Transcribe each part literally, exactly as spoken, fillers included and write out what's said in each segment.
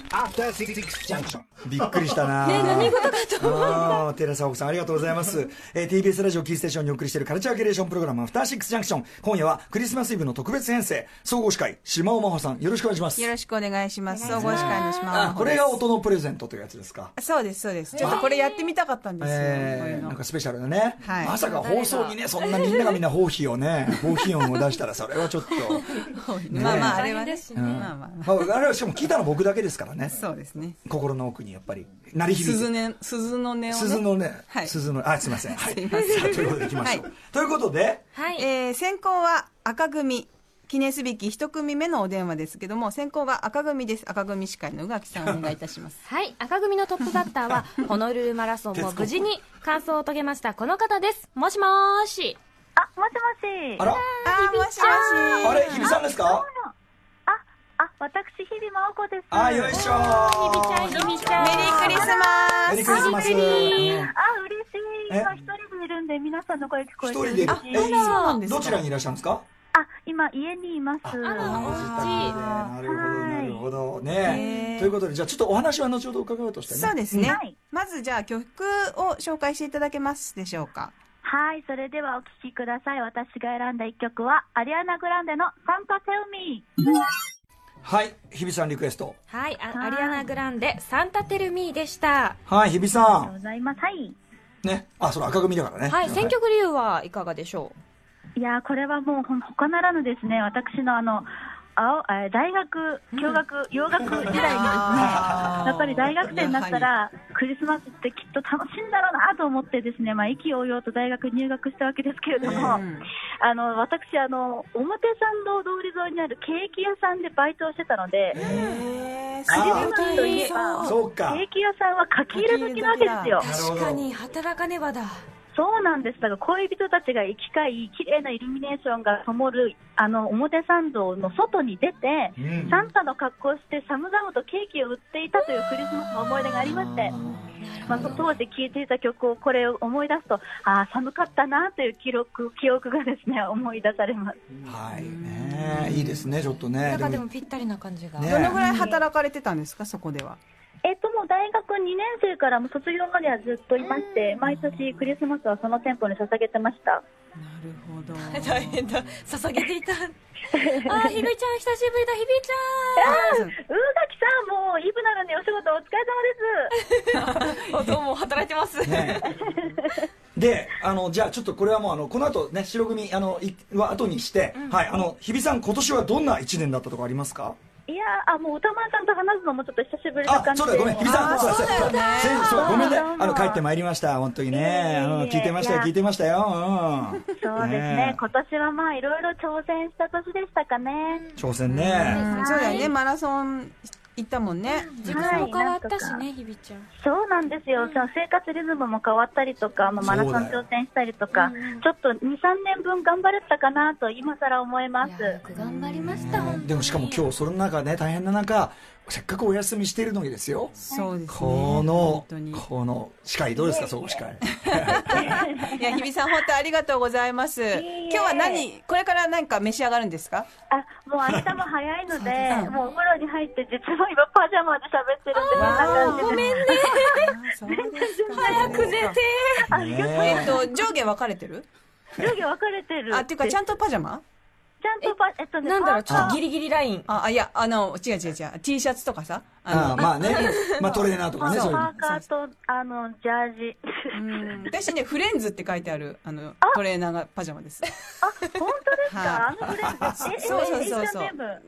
After Six Junction。 びっくりしたな。 ね、何事かと思った。寺澤さんありがとうございます。えー、ティービーエス ラジオキーステーションにお送りしているカルチャーキュレーションプログラムアフターシックスジャンクション。今夜はクリスマスイブの特別編成、総合司会島尾真帆さん、よろしくお願いします。 よろしくお願いします。総合司会の島尾真帆です。 あ、これが音のプレゼントというやつですか。 そうですそうです。ちょっとこれやってみたかったんですよ。 えー、なんかスペシャルだね、はい、まさか放送にね、そんなみんながみんな放棄をね放棄音を出したらそれはちょっと、 ね、まあまああれはね、うん、まあまあ、 まあ、あれはしかも聞いたの僕だけですからね。 そうですね。 心の奥にやっぱり鳴り響いて鈴ね、鈴の音をね、 鈴のね、はい、鈴の、あ、すいません、はい、すいませんということでいきましょう、はい、ということで、 はい、えー、先行は赤組、記念すべき一組目のお電話ですけども、先行が赤組です。赤組司会の宇垣さんお願いいたしますはい、赤組のトップバッターはホノルルマラソンも無事に完走を遂げましたこの方です。もしもーし。 あ、もしもし。 あら、 あ、もしもし。 あれ、日比さんですか。 あ、私、日比真央子です。 あ、よいしょー。日比ちゃん、日比ちゃん。 メリークリスマス。 メリークリスマス。 あ、嬉しい。今一人でいるんで、皆さんの声聞こえてる。 一人で。 そうなんですか。 どちらにいらっしゃるんですか。 あ、今家にいます。あ、 あなるほど、なるほどね。ということで、じゃあちょっとお話は後ほど伺うとしてね。 そうですね。まずじゃあ曲を紹介していただけますでしょうか。 はい、それではお聴きください。私が選んだ一曲はアリアナ・グランデのサンタ・テルミー。 はい、日比さんリクエスト。 はい、あ、アリアナ・グランデサンタ・テルミーでした。 はい、日比さん。 ありがとうございます。はい。 ね、あ、それ赤組だからね。 はい、選曲理由はいかがでしょう。いや、これはもう他ならぬですね、私のあの青大学、共学、洋楽時代にですね、やっぱり大学生になったらクリスマスってきっと楽しいんだろうなと思ってですね、まあ、意気揚々と大学に入学したわけですけれども、うん、あの私あの表参道通り沿いにあるケーキ屋さんでバイトをしてたので、クリスマスといえばケーキ屋さんは書き入れ時なわけですよ。 確かに働かねばだ。 そうなんです。だから恋人たちが行き交い、綺麗なイルミネーションが灯るあの表参道の外に出て、うん、サンタの格好をして寒々とケーキを売っていたというクリスマスの思い出がありまして、まあ、当時聴いていた曲をこれを思い出すと、ああ寒かったなという記録記憶がですね思い出されます。 はいね、いいですね。ちょっとね、 なんかでもぴったりな感じが、 ね、どのぐらい働かれてたんですか、そこでは。 えっと、もう大学にねん生からも卒業まではずっといまして、毎年クリスマスはその店舗に捧げてました。なるほど。 大変だ、捧げていた。あ、日比ちゃん、久しぶりだ、日比ちゃん。宇垣さん、もうイブなのにお仕事お疲れ様です。 どうも働いてます。ね、 で、あのじゃあちょっとこれはもうあのこの後ね、白組あのいは後にして、うん、はい、あの日比さん今年はどんな一年だったとかありますか。 いやあ、もう歌丸さんと話すのもちょっと久しぶりな感じで。 あ、そうだ、ごめん、日比さん、そうだ、そうだ、そうごめんね、あの帰ってまいりました、本当にね、うん、聞いてましたよ、聞いてましたよ。 うん、そうですね、今年はまあいろいろ挑戦した年でしたかね。 挑戦ね。 うん、そうだよね、マラソン行ったもんね。 自分も変わったしね、日比ちゃん。 そうなんですよ。その生活リズムも変わったりとか、まあ、マラソン挑戦したりとか、ちょっとに、さんねんぶん頑張れたかなと今更思います。よく頑張りました。 でもしかも今日その中ね、大変な中、せっかくお休みしているのにですよ。 そうですね。 このこの司会どうですか、総合司会。 いや、日比さん本当ありがとうございます。今日は何、これから何か召し上がるんですか。 あ、もう明日も早いので、もうお風呂に入って実は今パジャマで喋ってるんで、こんな感じで。 ごめんね。早く寝て。 えっと上下分かれてる？ 上下分かれてる。 あ、っていうかちゃんとパジャマ？ ちゃんとパ、えっとね、 なんだろう、ちょっとギリギリライン。 あ、いや、あの、違う違う違う、T シャツとかさ。 あ、まあね、まあトレーナーとかね、そういう。 パーカーと、あの、ジャージ。 私ね、フレンズって書いてある、あの、トレーナーがパジャマです。 あ、本当ですか？あのフレンズ。 そうそうそうそう。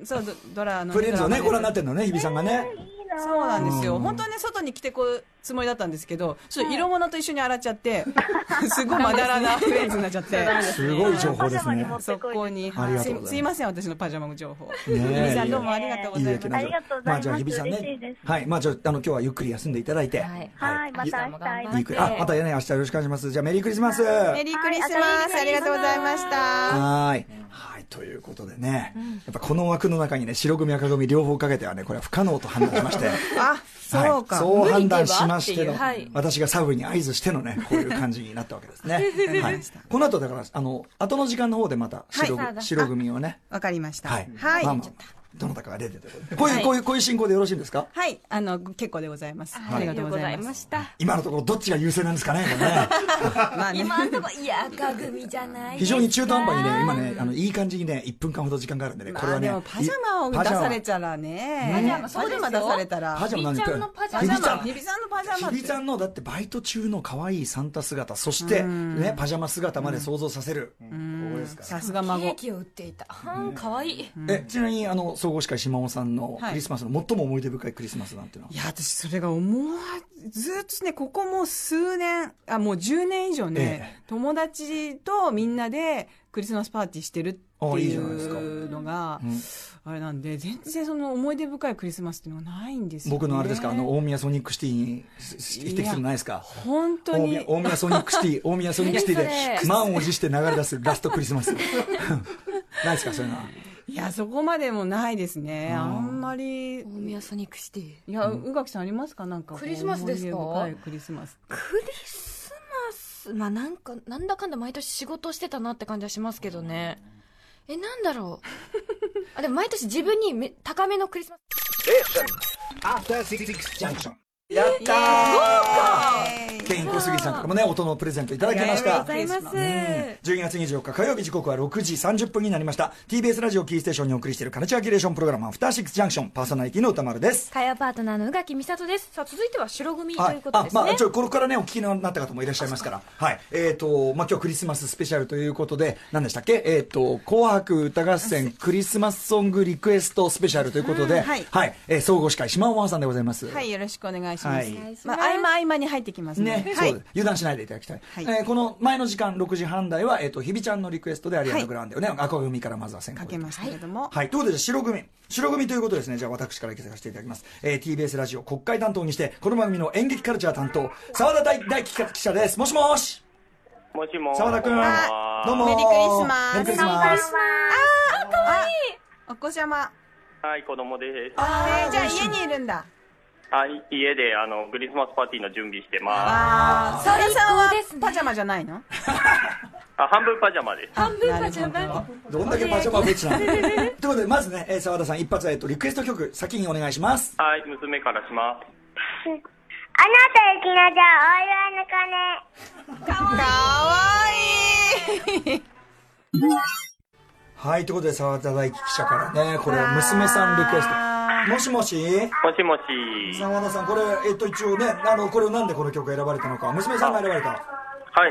そう、ドラの。 フレンズをね、ご覧になってるのね、日比さんがね。 そうなんですよ。本当はね、外に着てこうつもりだったんですけど、ちょっと色物と一緒に洗っちゃって、すごいまだらなフレンズになっちゃって。 すごい情報ですね。 そこに。すいません、私のパジャマの情報。日比さんどうもありがとうございます。 ありがとうございます。 まあじゃあ日比さんね。はい、まあじゃああの今日はゆっくり休んでいただいて。 はい、また明日。 ゆっくり、あ、またね、明日よろしくお願いします。じゃあメリークリスマス。 メリークリスマス。ありがとうございました。 はい。はい、ということでね、やっぱこの枠の中にね、白組赤組両方かけてはね、これは不可能と判断しまして。 あ、そうか。 そう判断しましての、私がサブに合図してのね、こういう感じになったわけですね。はい。この後だから、あの、後の時間の方でまた白組をね。 わかりました。 はい。 はい。 どなたかが出てということで、こういう、はい、こういう、こういう進行でよろしいんですか？ はい、あの、結構でございます。はい、ありがとうございました。 今のところどっちが優勢なんですかね、これね。 まあね、今のところ、いや、赤組じゃない。 非常に中途半端にね、今ね、あの、いい感じにね、いっぷんかんほど時間があるんでね、これはね。 まあ、でもパジャマを出されたらね。 パジャマ、そうですよ。 パジャマ出されたら。 パジャマなんで、 日比ちゃんのパジャマ。 日比ちゃんのパジャマ。 日比ちゃんの、だってバイト中の可愛いサンタ姿、そして、ね、パジャマ姿まで想像させる。ここですから。 さすが孫。 ケーキを売っていた。はん、可愛い。 え、ちなみに、あの、総合司会島尾さんのクリスマスの最も思い出深いクリスマスなんていうのは？ いや、私それが思わずっとね、ここもう数年、あ、もうじゅうねん以上ね、ええ、友達とみんなでクリスマスパーティーしてるっていうのが、いいうん、あれなんで、全然その思い出深いクリスマスっていうのがないんですよね。 僕のあれですか、あの、大宮ソニックシティに行ってきてるないですか？ 本当に。 大宮ソニックシティ、大宮ソニックシティで、満を持して流れ出すラストクリスマス。ないですか、そういうのは。 いや、そこまでもないですね。あんまり。 大宮ソニックシティ。 いや、宇垣さんありますか？なんか。 クリスマスですか？ クリスマス。 クリスマス、まあなんか、なんだかんだ毎年仕事してたなって感じはしますけどね。え、なんだろう。あ、でも毎年自分にめ高めのクリスマス。 やったー、豪華ケイン小杉さんからもね、音のプレゼントいただきました。 ありがとうございます。 じゅうにがつにじゅうよっか火曜日、時刻はろくじさんじゅっぷんになりました。 ティービーエス ラジオキーステーションにお送りしているカルチャーキュレーションプログラム、アフターシックスジャンクション、パーソナリティの歌丸です。 火曜パートナーの宇垣美里です。さあ、続いては白組ということですね。 あ、まあ、ちょ、これからね、お聞きになった方もいらっしゃいますから。はい。えっと、まあ、今日クリスマススペシャルということで、何でしたっけ？えっと、紅白歌合戦クリスマスソングリクエストスペシャルということで、はい。はい。えー、総合司会、島尾真央さんでございます。 はい、よろしくお願いします。はい。まあ、合間合間に入ってきますね。 ね、はい、油断しないでいただきたい。はい、えー、この前の時間ろくじはん台は、えっと、日比ちゃんのリクエストでアリアナグランデをね、赤組からまずは先行かけましたけれども。 はい。ということで、白組。白組ということですね。じゃあ私から聞かせていただきます。えー、ティービーエス ラジオ国会担当にして、この番組の演劇カルチャー担当、澤田大大記者です。もしもし。 もしもーし。 澤田くん。どうもー。 メリークリスマス。 メリークリスマス。 あー、かわいい。 お子様。 はい、子供です。 あー、じゃあ家にいるんだ。 あ、家であのクリスマスパーティーの準備してます。 ああ、澤田さんはパジャマじゃないの？ あ、半分パジャマです。 半分パジャマ。 どんだけパジャマフェチなの？ということで、まずね、澤田さん一発、えっとリクエスト曲先にお願いします。 はい、娘からします。 あなたゆきのじゃお祝いの鐘。 かわいい。 はい、ということで澤田大記者からね、これ娘さんリクエスト。もしもしもしもし澤田さん、これ、えっと、一応ね、あの、これなんでこの曲が選ばれたのか、娘さんが選ばれた。 はい、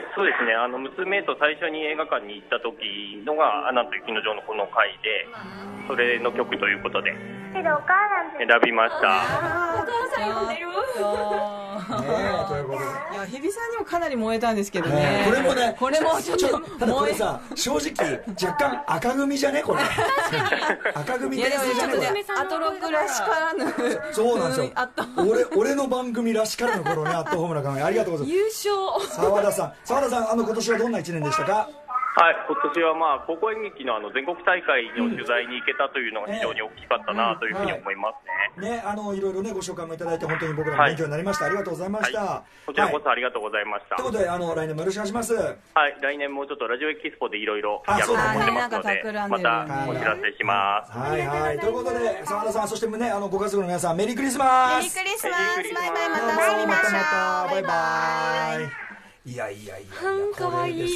そうですね。あの、娘と最初に映画館に行った時のが、アナと雪の女王のこの回で、それの曲ということで、 けどお母さん選びました。 お母さん呼んでる。 ねえ、ということで。 いや、日比さんにもかなり燃えたんですけどね。 これもね、 これもちょっと、 ただこれさ、正直、若干赤組じゃねこれ。赤組いやでもちょっとね、 これアトロクらしからぬ。 そうなんですよ。俺、俺の番組らしからぬ頃ね、アットホームな考え、ありがとうございます。 優勝。 澤田さん、澤田さん、あの、今年はどんな一年でしたか？ はい、今年はまあ高校演劇のあの全国大会の取材に行けたというのが非常に大きかったなというふうに思いますね。 ね、あのいろいろねご紹介もいただいて本当に僕らも勉強になりました。はい、ありがとうございました。はい、 こちらこそありがとうございました。 ということであの来年もよろしくお願いします。 はい、来年もちょっとラジオエキスポでいろいろやると思ってますので、またお知らせします。 はいはい。ということで澤田さんそしてねあのご家族の皆さんメリークリスマス。 メリークリスマス。バイバイまた遊びましょう。 またバイバイ。いやいやいやかわいい。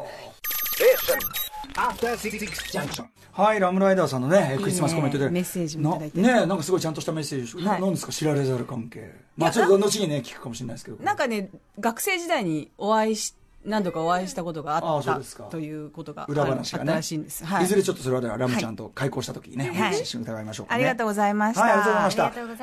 はい、ラムライダーさんのねクリスマスコメントでメッセージもいただいてね、なんかすごいちゃんとしたメッセージ、なんですか知られざる関係。まあちょっと後にね聞くかもしれないですけど、 なんかね学生時代にお会いし何度かお会いしたことがあったということが裏話がねあったらしいんです。 いずれちょっとそれはラムちゃんと開講した時にねお話しして伺いましょう。 ありがとうございました。 はい、ありがとうございました。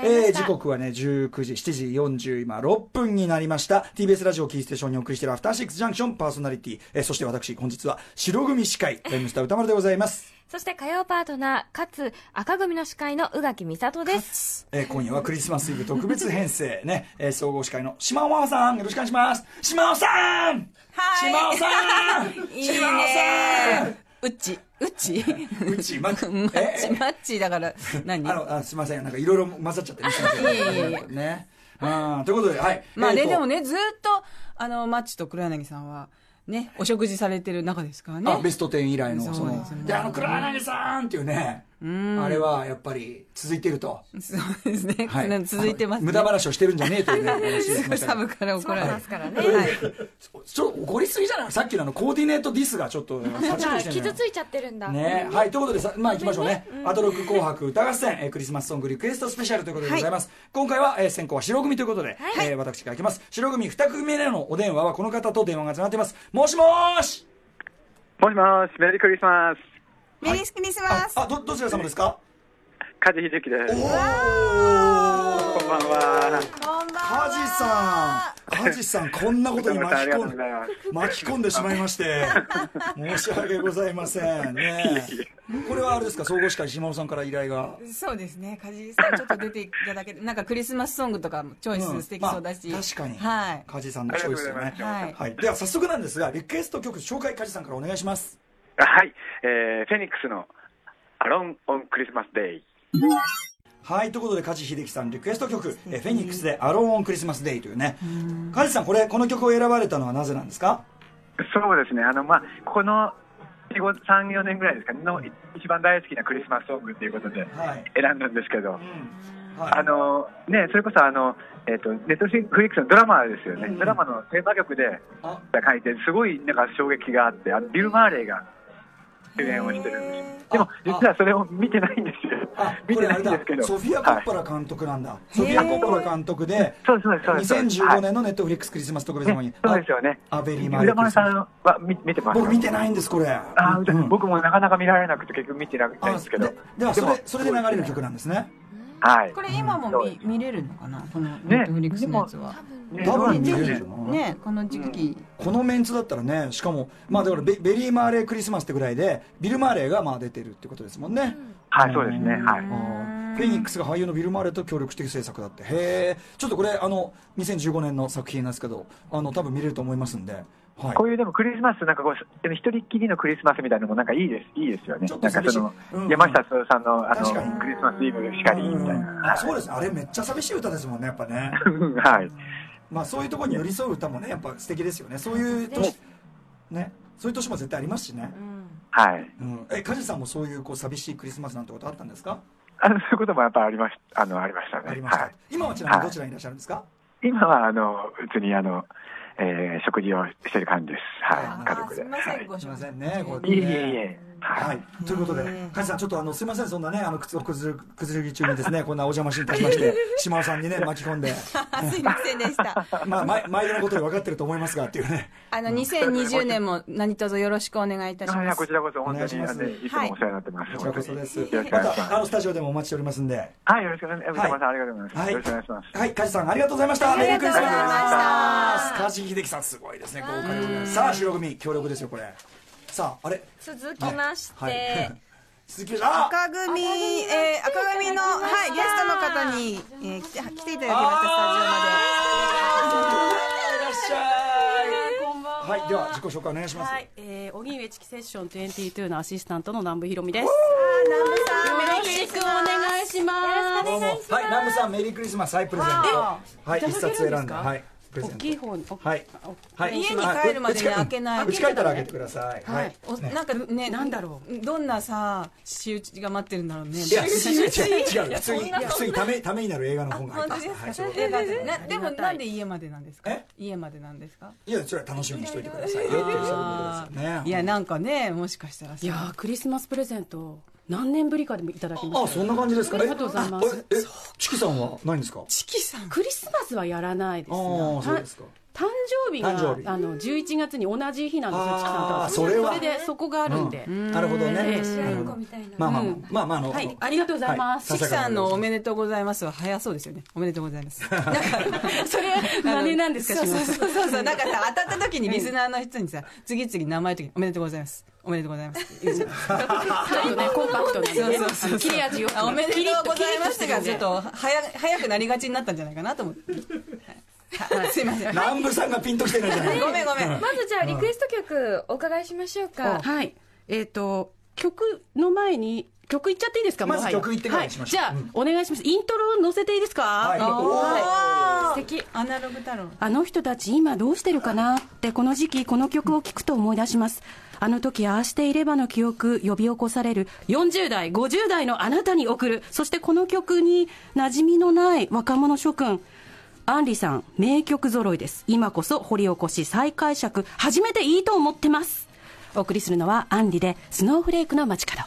えー、時刻はねじゅうくじしちじよんじゅう今ろっぷんになりました。 ティービーエス ラジオキーステーションにお送りしているアフターシックスジャンクションパーソナリティ、えー、そして私本日は白組司会ライムスター歌丸でございます。 そして火曜パートナーかつ赤組の司会の宇垣美里です。 えー、今夜はクリスマスイブ特別編成ね、えー、総合司会の島尾真央さんよろしくお願いします。島尾さん、島尾さん、 いいね。うっちうっちうちマッチマッチマッチだから何？ あのあすみませんなんかいろいろ混ざっちゃってね。ね。あということではい。 まあねでもねずっとあのマッチと黒柳さんは。ね、お食事されてる中ですからね。 あ、ベストテン以来のそのであの黒柳さんっていうねあれはやっぱり続いてると。 そうですね。 はい、 続いてますね。 無駄話をしてるんじゃねえというね。 すぐサブから怒られますからね。はい。 ちょっと怒りすぎじゃない？さっきのあのコーディネートディスがちょっと傷ついちゃってるんだ。 ね。はい。ということでさ、まあ行きましょうね。アトロック紅白歌合戦、えー、クリスマスソングリクエストスペシャルということでございます。はい、今回は、えー、先行は白組ということで、はい、えー、私が行きます。白組に組目でのお電話はこの方と電話がつながっています。もしもーし。 もしもーし。メリークリスマス。 メリークリスマス。 あ、どどちら様ですか？ 梶秀樹です。 おー、 こんばんは。 こんばんは。 梶さん、梶さん、こんなことに巻き込んで巻き込んでしまいまして申し訳ございませんね。これはあれですか、総合司会島尾さんから依頼が。 そうですね、梶さんちょっと出ていただけて、なんかクリスマスソングとかもチョイス素敵そうだし、うん、 まあ、確かに、 はい、 梶さんのチョイスよね。 はい、 はい、では早速なんですがリクエスト曲紹介、梶さんからお願いします。 はい、えー、フェニックスのアロンオンクリスマスデイ。 はい、ということで梶秀樹さんリクエスト曲、えフェニックスでアローンオンクリスマスデイというね。梶さん、これこの曲を選ばれたのはなぜなんですか？ そうですね、あのまあこのさん、よねんぐらいですかの一番大好きなクリスマスソングということで選んだんですけど、はい、はい、あのね、それこそあのえっ、ー、とネットフリックスのドラマですよね、うん、ドラマのテーマ曲で書いてすごいなんか衝撃があって、あのビル・マーレーが主演をしてるんです。でも実はそれを見てないんですよ。見てないんですけど、 ソフィア・コッポラ監督なんだ。ソフィア・コッポラ監督でにせんじゅうごねんのネットフリックスクリスマス特別番組。 そうですよね。 アベリーマーレ浦村さんは見てます？ 僕見てないんです、これ。 あ、うん、僕もなかなか見られなくて結局見てないんですけど。 ではそれそれで流れる曲なんですね。 はい。 これ今も 見, 見れるのかな、このネットフリックスのやつは。 多分見れるね、この時期、 うん、このメンツだったらね、しかもまあだから ベ, ベリー・マーレークリスマスってぐらいでビル・マーレーがまあ出てるってことですもんね。 うん、はい、そうですね。はい。 フェニックスが俳優のビル・マーレーと協力して制作だって。へえ。ちょっとこれあのにせんじゅうごねんの作品なんですけど、あの多分見れると思いますんで。はい、 こういうでもクリスマスなんかこう一人っきりのクリスマスみたいなのもなんかいいですいいですよね。なんかその、うんうん、山下達郎さんのあのクリスマスイブしかりみたいな。 はい、そうですね。あれめっちゃ寂しい歌ですもんね、やっぱね。 はい。 まあそういうところに寄り添う歌もね、やっぱ素敵ですよね。そういう年ね、そういう年も絶対ありますしね。うん、 はい。 うん、え、梶さんもそういうこう寂しいクリスマスなんてことあったんですか？ あのそういうこともやっぱありましあのありましたね。 ありました。はい、今はちなみにどちらにいらっしゃるんですか？はい、 今はあの普通にあの。えー、食事をしてる感じです。はい、家族で。 すみません、 ごすみませんね。 いえいえいえ。 はい、ということで、梶さん、ちょっとあのすみません、そんなね、あの靴を崩る崩り中にですね、こんなお邪魔しいたしまして、島尾さんにね巻き込んで、 すみませんでした。 まあ毎毎度のことで分かってると思いますがっていうね。 あのにせんにじゅうねんも何卒よろしくお願いいたします。 こちらこそ本当にいつもお世話になってます。 こちらこそです。またあのスタジオでもお待ちしておりますんで。 はい、よろしくお願いします。山さんありがとうございます。よろしくお願いします。 はい、梶さんありがとうございました。 メリークリスマス。 梶秀樹さんすごいですね、豪華でございます。さあ白組協力ですよこれ。さああれ続きまして、はいはい、 続きまして赤組、えー、赤組の、はい、ゲストの方に、えー、来て来ていただきました、スタジオまで。いらっしゃい。こんばんは。はい、では自己紹介お願いします。 はい、えー、荻上チキセッションにじゅうにのアシスタントの南部ひろみです。 南部さん、 よろしくお願いします。 どうも。はい、南部さんメリークリスマス、はい、プレゼント。はい、一冊選んで、はい。 大きい方に、 はい、 はい、家に帰るまでに開けない。 家帰ったら開けてください。はい。 なんかね、なんだろう、どんなさ仕打ちが待ってるんだろうね。 いや、違う違う、普通に普通にためためになる映画の本が入ってます。 でもなんで家までなんですか？家までなんですか？ いや、それは楽しみにしといてくださいよっていうそういうことですよね。 いや、なんかね、もしかしたらさ、 いやクリスマスプレゼント何年ぶりかでいただきました。 あ、そんな感じですか。 ありがとうございます。 え、チキさんはないんですか？ チキさんクリスマスはやらないですが、 そうですか。 誕生日があのじゅういちがつに同じ日なんですよ、チキさんとは。 それはそれでそこがあるんで。 なるほどね。まあまあまあまあ、あの、 はい、ありがとうございます。 チキさんのおめでとうございますは早そうですよね。おめでとうございます。なんかそれ真似なんですか？ そうそうそうそう。なんかさ、当たった時にリスナーの人にさ、次々名前の時におめでとうございます。おめでとうございますって言うじゃないですか。ちょっとね、コンパクトなんでね。そうそうそう。切れ味よく。おめでとうございますがちょっと早早くなりがちになったんじゃないかなと思って。すいません。 南部さんがピンときてないじゃない。 ごめんごめん。 まずじゃあリクエスト曲お伺いしましょうか。 はい。えっと曲の前に曲いっちゃっていいですか？ まず曲いってからにしましょう。 はい、じゃあ、うん、お願いします。イントロ載せていいですか？ はい。 はい、素敵。アナログ太郎。 あの人たち今どうしてるかなってこの時期この曲を聴くと思い出します。あの時ああしていればの記憶呼び起こされるよんじゅう代ごじゅう代のあなたに送る。そしてこの曲に馴染みのない若者諸君、アンリさん名曲揃いです。今こそ掘り起こし再解釈始めていいと思ってます。お送りするのはアンリでスノーフレークの街角。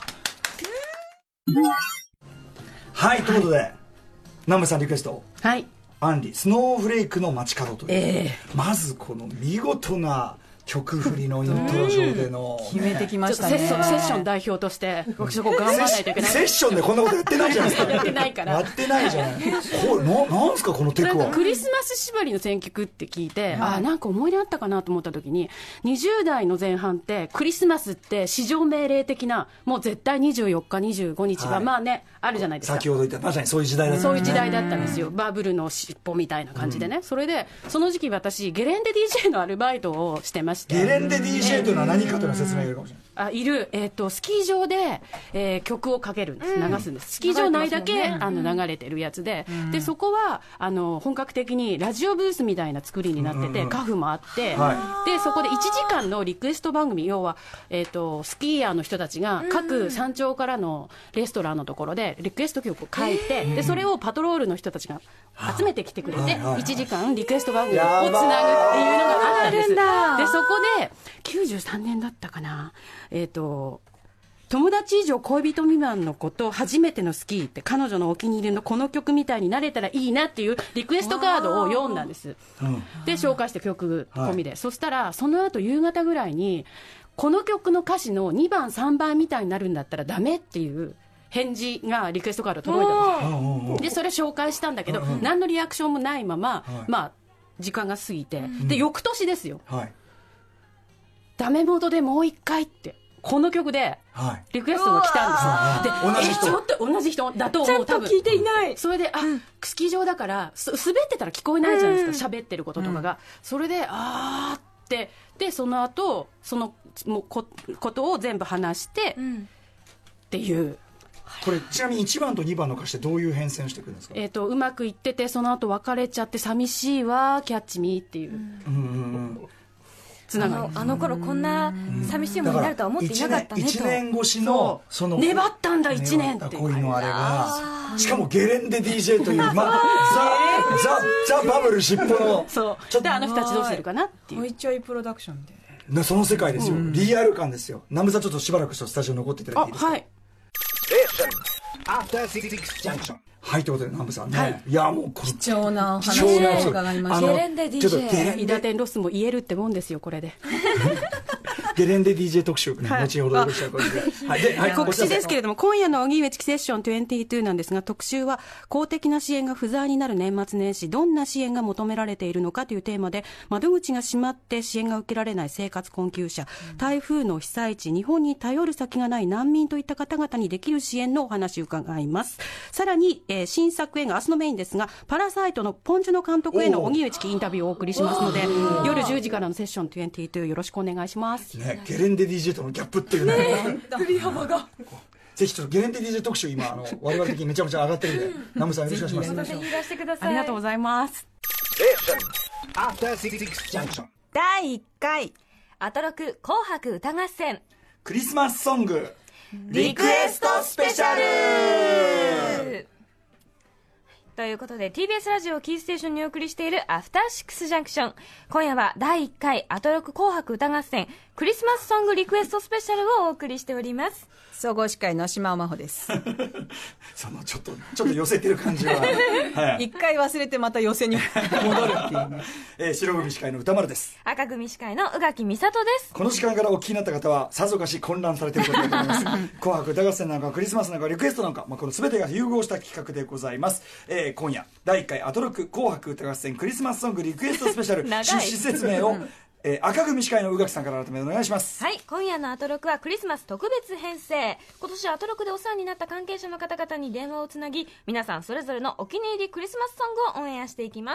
はい、ということで南部さんリクエスト、 はい、 アンリスノーフレークの街角という、 えー、 まずこの見事な曲振りのイントロ上での、 決めてきましたね。 セッション代表として僕そこ頑張らないといけない。 セッションでこんなことやってないじゃないですか。 やってないからやってないじゃないこれな、なんすかこのテクは。 なんかクリスマス縛りの選曲って聞いて、はい、あなんか思い出あったかなと思った時に、にじゅう代の前半ってクリスマスって至上命令的な、もう絶対にじゅうよっかにじゅうごにちが、はい、まあねあるじゃないですか。 先ほど言ったまさにそういう時代だった、ね、 そういう時代だったんですよ。バブルの尻尾みたいな感じでね、うん、それでその時期私ゲレンデ ディージェー のアルバイトをしてまして。 ゲレンデ ディージェー というのは何かというのを説明がいるかもしれない。 あいる、えー、とスキー場で、えー、曲をかけるんです、流すんです。スキー場内だけ、ね、あの流れてるやつで、うん、でそこはあの本格的にラジオブースみたいな作りになってて、うん、カフもあって、はい、でそこでいちじかんのリクエスト番組、要は、えー、とスキーヤーの人たちが各山頂からのレストランのところでリクエスト曲を書いて、でそれをパトロールの人たちが集めてきてくれて、いちじかんリクエスト番組をつなぐっていうのがあったんです。でそこできゅうじゅうさんねんだったかな、えーと友達以上恋人未満の子と初めてのスキーって彼女のお気に入りのこの曲みたいになれたらいいなっていうリクエストカードを読んだんです、うん、で紹介して曲込みで、はい、そしたらその後夕方ぐらいにこの曲の歌詞のにばんさんばんみたいになるんだったらダメっていう返事がリクエストカード届いたんです。でそれ紹介したんだけど、うんうん、何のリアクションもないまま、はい、まあ時間が過ぎて、うん、で翌年ですよ、はい、ダメ元でもう一回ってこの曲でリクエストが来たんですよ、はい、で同じ人、えちょっと同じ人だと思う。 ちゃんと聞いていない。 それであ、うん、スキー場だからす滑ってたら聞こえないじゃないですか、喋、うん、ってることとかが、うん、それであーってでその後そのもう こ, ことを全部話して、うん、っていうこれちなみにいちばんとにばんの歌詞ってどういう変遷をしてくるんですか？ えーと、うまくいっててその後別れちゃって寂しいわキャッチミーっていう、うんうんうんあの, あの頃こんな寂しいものになるとは思っていなかったねと。 いちねん越しのその粘ったんだいちねんって恋のあれが、しかもゲレンデ ディージェー という、まあ、ザ, ザ, ザバブル尻尾のそうであの人たちどうしてるかなっていうホイチョイプロダクションでその世界ですよ、うん、リアル感ですよ。南部さんちょっとしばらくスタジオ残っていただいていいですか？はい。はいということで南部さんね、はい、いやもう貴重なお話を伺いました。 ゲレンデ ディージェーイダテンロスも言えるってもんですよこれでゲレンデ ディージェー 特集、ね、はい、後ほどよろしくお願いします。はい、で、はい、 告知ですけれども、今夜の荻上チキセッションにじゅうになんですが、特集は公的な支援が不在になる年末年始、どんな支援が求められているのかというテーマで、窓口が閉まって支援が受けられない生活困窮者、うん、台風の被災地、日本に頼る先がない難民といった方々にできる支援のお話を伺います。さらに、えー、新作映画、明日のメインですが、パラサイトのポンジュの監督への荻上チキインタビューをお送りしますので、夜じゅうじからのセッションにじゅうによろしくお願いします。 ね、ゲレンデ ディージェー とのギャップっていうね、 振り幅がぜひちょっとゲレンデ ディージェー 特集今あの我々的にめちゃめちゃ上がってるんで、南部さんよろしくお願いします。 ぜひいらしてください。 ありがとうございます。 だいいっかいアトロク紅白歌合戦クリスマスソングリクエストスペシャルということで ティービーエス ラジオキーステーションにお送りしているアフターシックスジャンクション、今夜はだいいっかいアトロク紅白歌合戦クリスマスソングリクエストスペシャルをお送りしております。 総合司会の島尾真帆ですそのちょっとちょっと寄せてる感じは、 はい、一回忘れてまた寄せに戻るっていう、ねえー、白組司会の歌丸です。 赤組司会の宇垣美里です。 この時間からお聞きになった方はさぞかし混乱されていることだと思います紅白歌合戦なんかクリスマスなんかリクエストなんか、まあ、この全てが融合した企画でございます。えー、今夜だいいっかいアトロク紅白歌合戦クリスマスソングリクエストスペシャル趣旨説明をえー、赤組司会の宇垣さんから改めてお願いします。 はい、今夜のアトロクはクリスマス特別編成。今年アトロクでお世話になった関係者の方々に電話をつなぎ、皆さんそれぞれのお気に入りクリスマスソングをオンエアしていきます。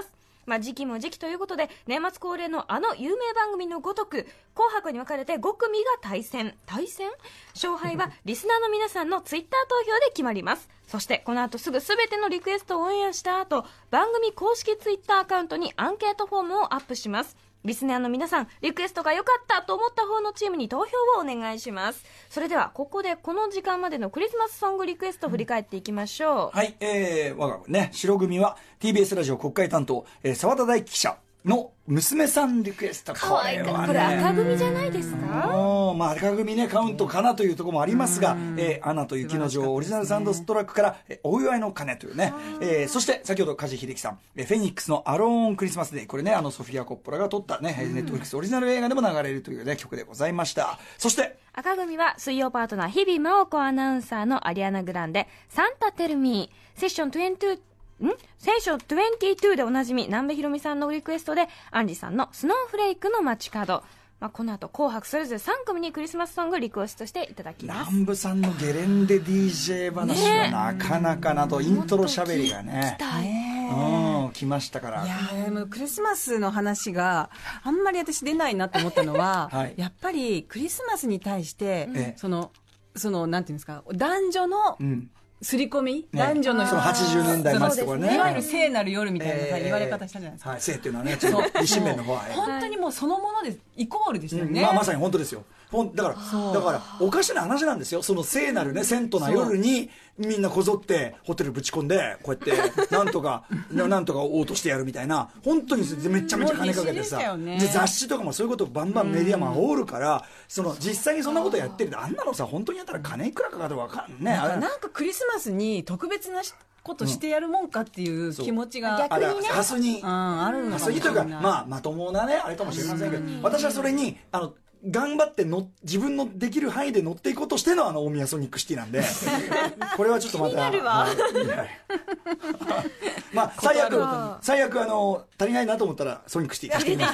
まあ、時期も時期ということで、年末恒例のあの有名番組のごとく、紅白に分かれてごくみが対戦。対戦？勝敗はリスナーの皆さんのツイッター投票で決まります。そして、この後すぐすべてのリクエストをオンエアした後、番組公式ツイッターアカウントにアンケートフォームをアップします。リスナーの皆さん、リクエストが良かったと思った方のチームに投票をお願いします。それでは、ここでこの時間までのクリスマスソングリクエストを振り返っていきましょう。 はい、えー、我がね、白組は ティービーエス ラジオ国会担当、えー、澤田大樹記者の娘さんリクエスト。 かわいいか、これ赤組じゃないですか？ まあ赤組ね、カウントかなというところもありますが、えー、アナと雪の女王オリジナルサウンドストラックから、えー、お祝いの鐘というね、えー、そして先ほど梶秀樹さん、えー、フェニックスのアローンクリスマスデー、これね、あのソフィア・コッポラが撮ったね、ネットフリックスオリジナル映画でも流れるというね、曲でございました。そして赤組は水曜パートナー日々真央子アナウンサーのアリアナグランデ、サンタテルミー、セッションにじゅうにんセッションにじゅうにでおなじみ南部ひろみさんのリクエストでアンジさんのスノーフレークの街角。まあ、この後紅白それぞれさん組にクリスマスソングリクエストしていただきます。 南部さんのゲレンデ ディージェー 話はなかなかなと、イントロしゃべりがね、うん、来ましたから。 いやでもクリスマスの話があんまり私出ないなと思ったのは、はい、やっぱりクリスマスに対して、うん、そのそのなんていうんですか、男女の、うん刷り込み、ね、男女のそのはちじゅうねんだい末とかね、 いわゆる聖なる夜みたいな、えー、言われ方したじゃないですか。 はい、聖っていうのはね、ちょっと立身弁の方は本当にもうそのものでイコールでしたよね。 うん、まあまさに本当ですよ。ほんだからだからおかしな話なんですよ。その聖なるね、セントな夜にみんなこぞってホテルぶち込んでこうやってなんとかなんとか応答してやるみたいな、本当にめちゃめちゃ金かけてさ、ね、で雑誌とかもそういうことをバンバンメディアマン煽るから、その実際にそんなことやってるんで、あんなのさ本当にやったら金いくらかかるか分かんね。 なんかクリスマスに特別なことしてやるもんかっていう気持ちが、 うん、逆にね、 ハスに、 うん、あるのかもしれない。 ハスにというか、まあまともなねあれかもしれませんけど、私はそれにあの頑張っての自分のできる範囲で乗っていこうとしてのあの大宮ソニックシティなんでこれはちょっとまた気になるわ、はいはい、まあ最悪最悪あの足りないなと思ったらソニックシティ貸してみます、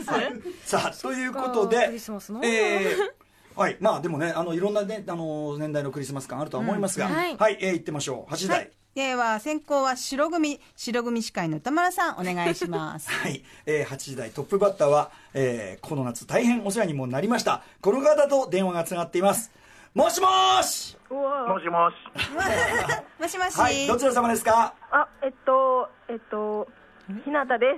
はい、さあということで、えーはい、まあでもね、あのいろんな、ね、あの年代のクリスマス感あるとは思いますが、うん、はい、はい、えー、行ってみましょう。はちじだい、はい、 では先行は白組白組司会の歌丸さんお願いしますはい、えー、はちじだいトップバッターは、えー、この夏大変お世話にもなりましたこの方と電話がつながっています。もしもーしもしもしもしもし、 はい、どちら様ですか？ あ、えっとえっと日向です。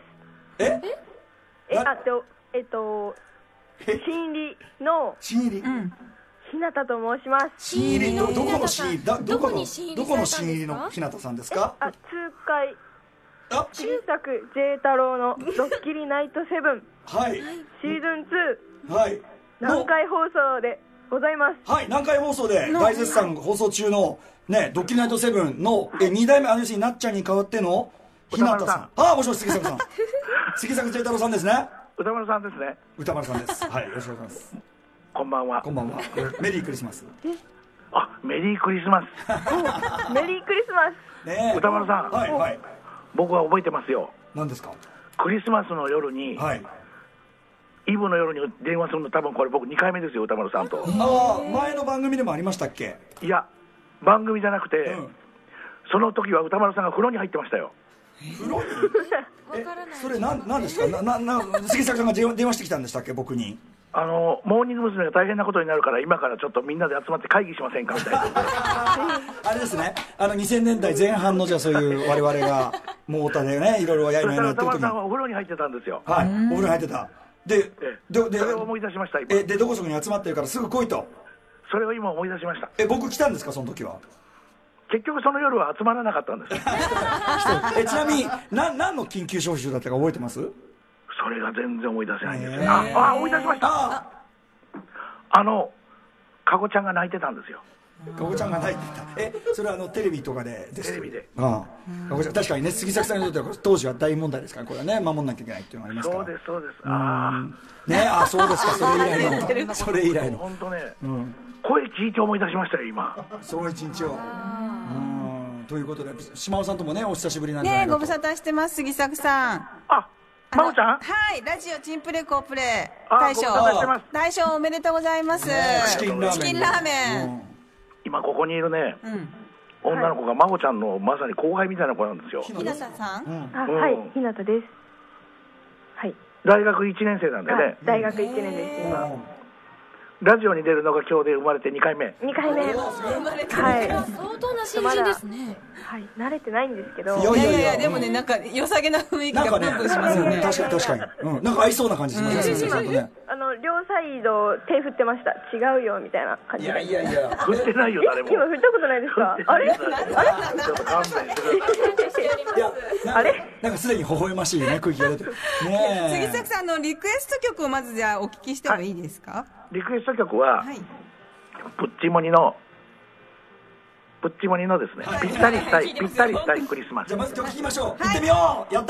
ええあとえっと新入りの新入り、うん、 日向と申します。 新入りどどこの新入りだどこのどこの新入りの日向さんですか？ あ、痛快新作 J 太郎のドッキリナイトセブンはいシーズンツーはい南海放送でございます。 はい、南海放送で大絶賛放送中のねドッキリナイトセブンのえに代目、あの要するになっちゃんに代わっての日向さん。ああ、もしもし杉作さん杉作 J 太郎さんですね。 歌丸さんですね。 歌丸さんです。はい、よろしくお願いします。 こんばんは。 こんばんは。メリークリスマス。 あ、メリークリスマス。メリークリスマス。ね、歌丸さん。はいはい。僕は覚えてますよ。 何ですか？ クリスマスの夜に。はい。イブの夜に電話するの多分これ僕にかいめですよ、歌丸さんと。 ああ、前の番組でもありましたっけ？ いや、番組じゃなくて、うん、その時は歌丸さんが風呂に入ってましたよ。 風呂に？え、それなんなんですか？ななな杉作さんが電話してきたんでしたっけ、僕に？ あのモーニング娘。が大変なことになるから今からちょっとみんなで集まって会議しませんかみたいなあれですね、あのにせんねんだいぜん半のじゃそういう我々がモーターでねいろいろやりながらやってる時に、 歌丸さんはお風呂に入ってたんですよ。 はい、お風呂に入ってた。で、 で、で、それを思い出しました今。 え、でどこそこに集まってるからすぐ来いと。 それを今思い出しました。 え、僕来たんですかその時は？ 結局その夜は集まらなかったんですえ、ちなみにな何の緊急招集だったか覚えてます？ それが全然思い出せないんですよ、えー、ああ思い出しました。 あ, あのかごちゃんが泣いてたんですよ。 かごちゃんが泣いてた。え、それはあのテレビとかでです？ テレビで。 ああ、かごちゃん確かにね、杉作さんにとっては当時は大問題ですから、これはね守んなきゃいけないっていうのがありますから。 そうですそうです。ああね、あ、そうですか。それ以来のそれ以来の本当ね、うん、声聞いて思い出しましたよ今。 その一日を。うんということで島尾さんともねお久しぶりなんじゃないかと。 ね、ご無沙汰してます杉作さん。 あ、まおちゃん。 はい、ラジオチンプレコープレイ大賞大賞おめでとうございます。 チキンラーメン。 チキンラーメン。 今ここにいるね、うん、女の子がまおちゃんのまさに後輩みたいな子なんですよ。 ひなたさん、 うん、 あ、はい、ひなたです。 はい。 大学いちねん生なんだよね。 大学いちねんです今。 ラジオに出るのが今日で生まれてにかいめ。 にかいめ。 生まれてはい。 相当な新人ですね。 はい、慣れてないんですけど。 いやいやいや、でもね、なんか良さげな雰囲気がプンプンしますよね。 確かに確かに。うん、なんか合いそうな感じしますね。 あの両サイド手振ってました。違うよみたいな感じで。 いやいやいや。 振ってないよ誰も。 今振ったことないですか？あれ？あれ？ ちょっと勘弁してください。 いや、あれ？なんかすでに微笑ましいね空気が出てる。ねえ。杉崎さんのリクエスト曲をまずじゃあお聞きしてもいいですか？ リクエスト曲は、はい、プッチモニのプッチモニのですね、はい、ぴったりしたいぴったりしたいクリスマス。 じゃあまず曲聴きましょう。行ってみよう。やった。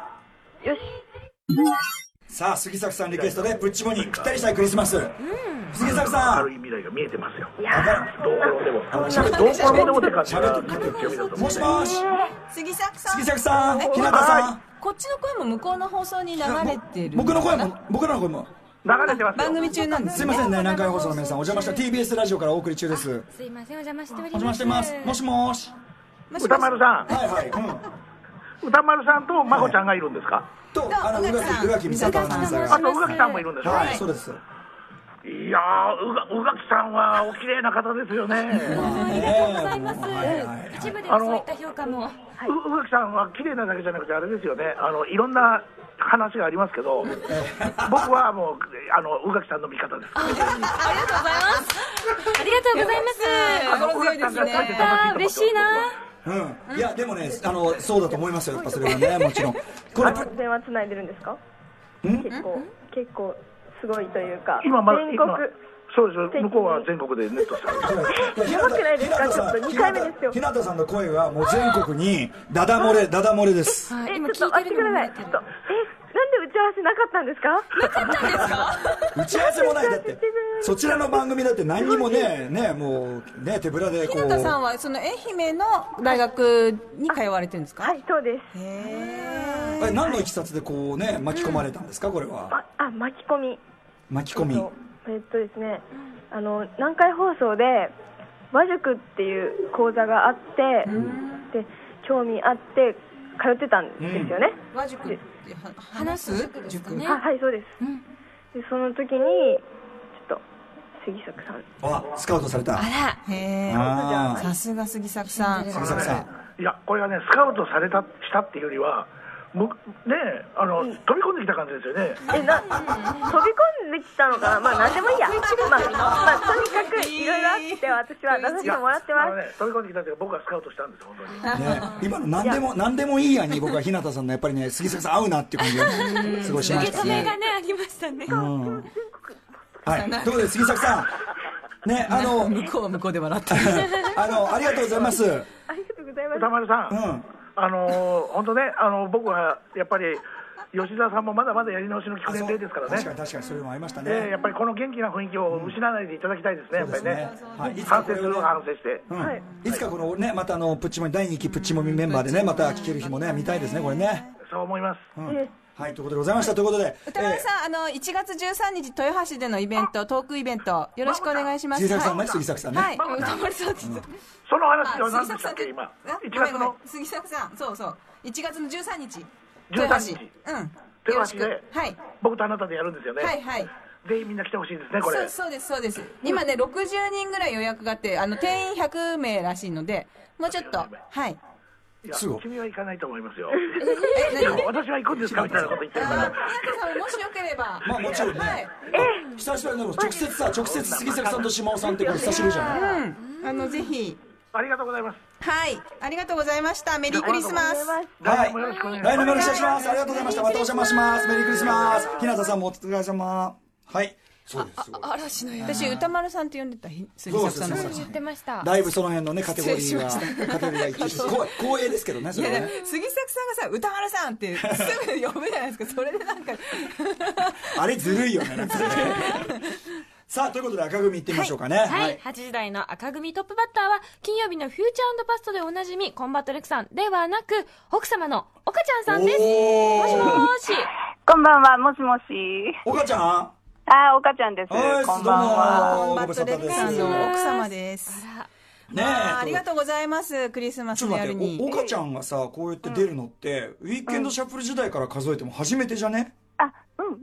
よし。 さあ杉崎さんリクエストでプッチモニぴったりしたいクリスマス。うん、杉崎さん。 明るい未来が見えてますよ。 いやどう転んでも。どう転んでもって感じが強みだと。 もしもし。 杉崎さん。 杉崎さん。日向さん。 こっちの声も向こうの放送に流れてる。 僕の声も僕らの声も。 流れてます。 番組中なんです。 すいませんね、南海放送の皆さんお邪魔した ティービーエス ラジオからお送り中です。 すいません、お邪魔しております。 お邪魔してます。もしもし。 歌丸さん。 はいはい。 うん。歌丸さんと真帆ちゃんがいるんですか？ とあの宇垣宇垣美里アナウンサーが。 あと宇垣さんもいるんですか？ はい、そうです。 いやー、宇垣さんはお綺麗な方ですよね。 ありがとうございます。一部でそういった評価も。 宇垣さんは綺麗なだけじゃなくてあれですよね。あのいろんな話がありますけど、僕はもうあの宇垣さんの味方です。 ありがとうございます。ありがとうございます。 あの宇垣さんが書いてた嬉しいな。 うん、いやでもね、あのそうだと思いますよ。やっぱそれはね、もちろん。 これ電話つないでるんですか？結構結構すごいというか。 今まだ全国。 そうです。向こうは全国でネットされてる。 やばくないですか？ちょっとにかいめですよ。 日向さんの声はもう全国にダダ漏れダダ漏れです。 え、ちょっと待ってください。ちょっとえ。なんで打ち合わせなかったんですか？ なかったんですか？ 打ち合わせもないだってそちらの番組だって何にもねねもうね手ぶらでこう。 日向さんはその愛媛の大学に通われてるんですか？ はい、そうです。 へえ。何のいきさつでこうね巻き込まれたんですかこれは？ あ、あ巻き込み。 巻き込み。 えっとですね、あの南海放送で和塾っていう講座があってで興味あって通ってたんですよね。 和塾って話す塾ね。 はい、そうです。でその時にちょっと杉作さん。 あ、スカウトされた。 あら。 へえ。さすが杉作さん。 杉作さん。いやこれはねスカウトされたしたっていうよりは。ねあの、うん、飛び込んできた感じですよね。 えな飛び込んできたのかな。まあ何でもいいや。まあ、まあ、とにかくいろいろあって私は出させてもらってます。 ね、飛び込んできたというか僕はスカウトしたんです本当に。 ね、今の何でも何でもいいやに僕は日向さんのやっぱりね杉崎さん合うなっていう感じがすごいしましたね。 受け止めがねありましたね。うん、 はい。ということで杉崎さんねあの向こうは向こうで笑ってあのありがとうございます。 ありがとうございます。 歌丸さん。うん。あの本当ね、あの僕はやっぱり吉田さんもまだまだやり直しの利く年齢ですからね。 確かに確かにそれもありましたね。 えー、やっぱりこの元気な雰囲気を失わないでいただきたいですね。やっぱりね。はい、反省するのが反省して。 うん、はい。いつかこのねまたあのプッチモミだいにきプッチモミメンバーでねまた聞ける日もね見たいですねこれね。 そう思います。 うん、はいということでございましたということで。 歌丸さん、えー、あのいちがつじゅうさんにち豊橋でのイベントトークイベントよろしくお願いします。 杉崎さんね杉崎さんね。 はい。歌丸さん。 その話は何でしたっけ今。いちがつの杉崎さんそうそういちがつのじゅうさんにち。 じゅうさんにち。 うん。 豊橋で。 はい。 僕とあなたでやるんですよね。 はいはい。 ぜひみんな来てほしいですねこれ。 そうですそうです。今ねろくじゅうにんぐらい予約があってあの定員ひゃくめいらしいのでもうちょっとはい。 いや君は行かないと思いますよ。私は行くんですかみたいなこと言ってるから。 宮田さんもしよければ。 まあもちろんね。久しぶりに直接さ直接杉崎さんと島尾さんってこれ久しぶりじゃない。 うん。あのぜひ。 ありがとうございます。 はい、ありがとうございました。メリークリスマス。 はい、来年もよろしくお願いします。ありがとうございました。またお邪魔します。メリークリスマス。日向さんもお疲れ様。はい。そうです。 嵐の私歌丸さんって呼んでた杉崎さんのこと。 言ってました。 だいぶその辺のねカテゴリーがカテゴリーが一致して光栄ですけどね。それね。 杉崎さんがさ歌丸さんってすぐ呼ぶじゃないですか。それでなんかあれずるいよね。さあということで赤組いってみましょうかね。 はい、はい、はちじ台の赤組トップバッターは金曜日のフューチャー&パストでおなじみコンバットレクさんではなく奥様の岡ちゃんさんです。もしもし。 こんばんは。もしもし。 岡ちゃん。 ああ、岡ちゃんです。こんばんは。 コンバットレクさんの奥様です。ねえ、ありがとうございます。クリスマスの夜に。 岡ちゃんがさこうやって出るのって、うん、ウィークエンドシャッフル時代から数えても初めてじゃね？ あ、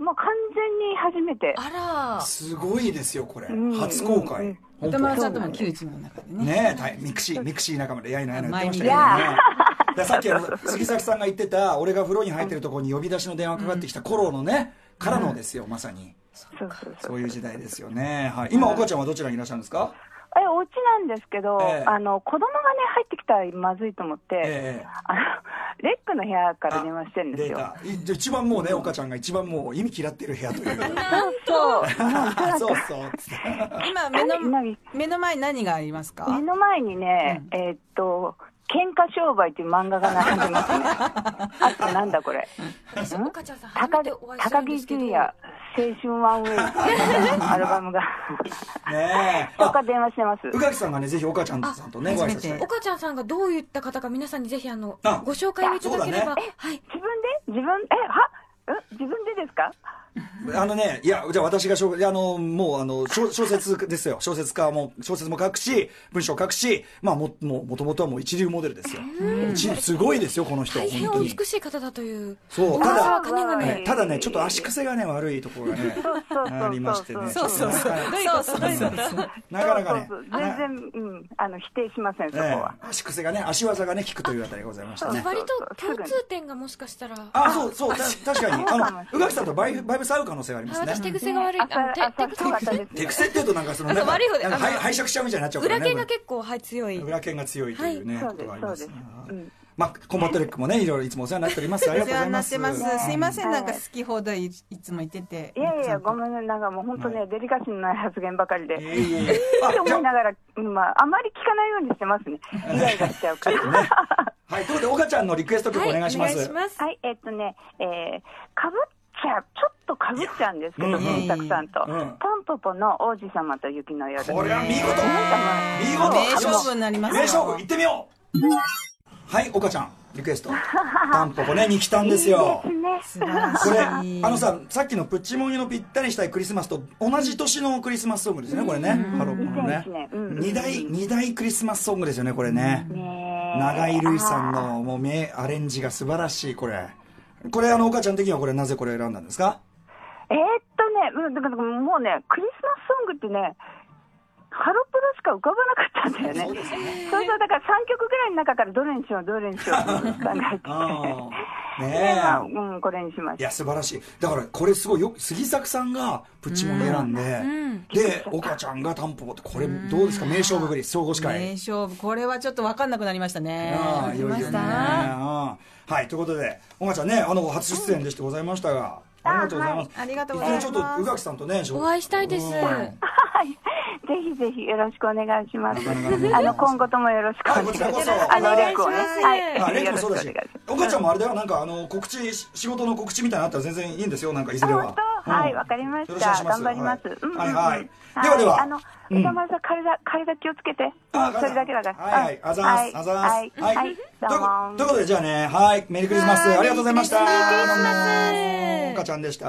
もう完全に初めて。 あら。 すごいですよ、これ。初公開。 歌丸さんとも旧知の中でね。 ねえ、ミクシー、ミクシー仲間で、やいのやいの言ってましたけどね。でさっきあの杉崎さんが言ってた、俺が風呂に入ってるところに呼び出しの電話かかってきた頃のね、からのですよ、まさに。そういう時代ですよね。はい。今、岡ちゃんはどちらにいらっしゃるんですか？ え、お家なんですけど、ええ、あの子供がね入ってきたらまずいと思って、ええ、あのレックの部屋から電話してるんですよ。 一番もうね、岡ちゃんが一番もう意味嫌ってる部屋という。 そうそうそう。 今目の目の前に何がありますか？ 目の前にね、うん、えー、っと喧嘩商売という漫画が並んでますね。あとなんだこれ。 岡ちゃんさん初めてお会いするんですけど。 高木ジュニア青春ワンウェイアルバムがねえ他電話してます。 宇垣さんがねぜひ岡ちゃんさんとねご挨拶して。 岡ちゃんさんがどういった方か皆さんにぜひあのご紹介をいただければ。 ね、はい。自分で自分えは自分でですか？ あのね、いや、じゃあ私がしょ、あの、もう、あの、小, 小説ですよ。小説家も、小説も書くし、文章を書くし、まあ、も、もう、もともとはもう一流モデルですよ。すごいですよ、この人。 大変お美しい方だという。 そう、ただ、ただね、ちょっと足癖がね、悪いところがね、ありましてね。 そうそうそう。そうそうそう。 なかなかね。 全然、うん、あの、否定しません、そこは。 足癖がね、足技がね、効くというあたりがございましたね。 割と共通点がもしかしたら。 あ、そう、そう、確かに。あの、宇垣さんとバイブス合う可能性がありますね。 私手癖が悪い。 手癖っていうとなんかその悪い方で拝借しちゃうみたいになっちゃうからね。 裏剣が結構強い。 裏剣が強いというねことがあります。まあコンバットレックもねいろいろいつもお世話になっております。ありがとうございます。 お世話になってます。すいませんなんか好き放題いつも言ってて。 いやいやごめんねなんかもう本当ねデリカシーのない発言ばかりで。って思いながらまああまり聞かないようにしてますね。イライラしちゃうから。 はい。ということで岡ちゃんのリクエスト曲お願いします。 はいえっとねかぶちょっとかぶっちゃうんですけど、新作さんと、タンポポの王子様と雪の夜。 これは見事見事名勝負になりますよ。 名勝負行ってみよう。はい岡ちゃんリクエストタンポポねにきたんですよ。これあのささっきのプッチモンユのぴったりしたいクリスマスと同じ年のクリスマスソングですねこれね。ハローのね二大二大クリスマスソングですよねこれね。永井瑠衣さんのもう名アレンジが素晴らしいこれ。これあの岡ちゃん的にはこれなぜこれ選んだんですか？ えー、っとね、だからもうねクリスマスソングってねハロプロしか浮かばなかったんだよね。そうですね。それとだからさんきょくぐらいの中からどれにしようどれにしようって考えてねえ、まあ、うんこれにしました。 いや素晴らしい。だからこれすごいよ杉作さんがプッチモン選んで、うん、で岡ちゃんがタンポポってこれどうですか名勝負ぶり総合司会。 名勝負これはちょっと分かんなくなりましたね。 ああいよいよね。はいということで岡ちゃんねあの初出演でしてございましたが。ありがとうございます。 ありがとうございます。 ちょっと宇垣さんとねお会いしたいです。 はい。ぜひぜひよろしくお願いします。あの今後ともよろしくお願いします。あのレクをね。 はい。レクもそうだし。岡ちゃんもあれだよなんかあの告知仕事の告知みたいなのあったら全然いいんですよなんかいずれは。 はいわかりました。頑張ります。 はいはい。ではでは。 あの歌丸さん体体気をつけて。それだけだから。 はいはいあざーすあざーす。 はいはいどうも。 ということでじゃあねはいメリークリスマスありがとうございました。 メリークリスマス。 岡ちゃんでした。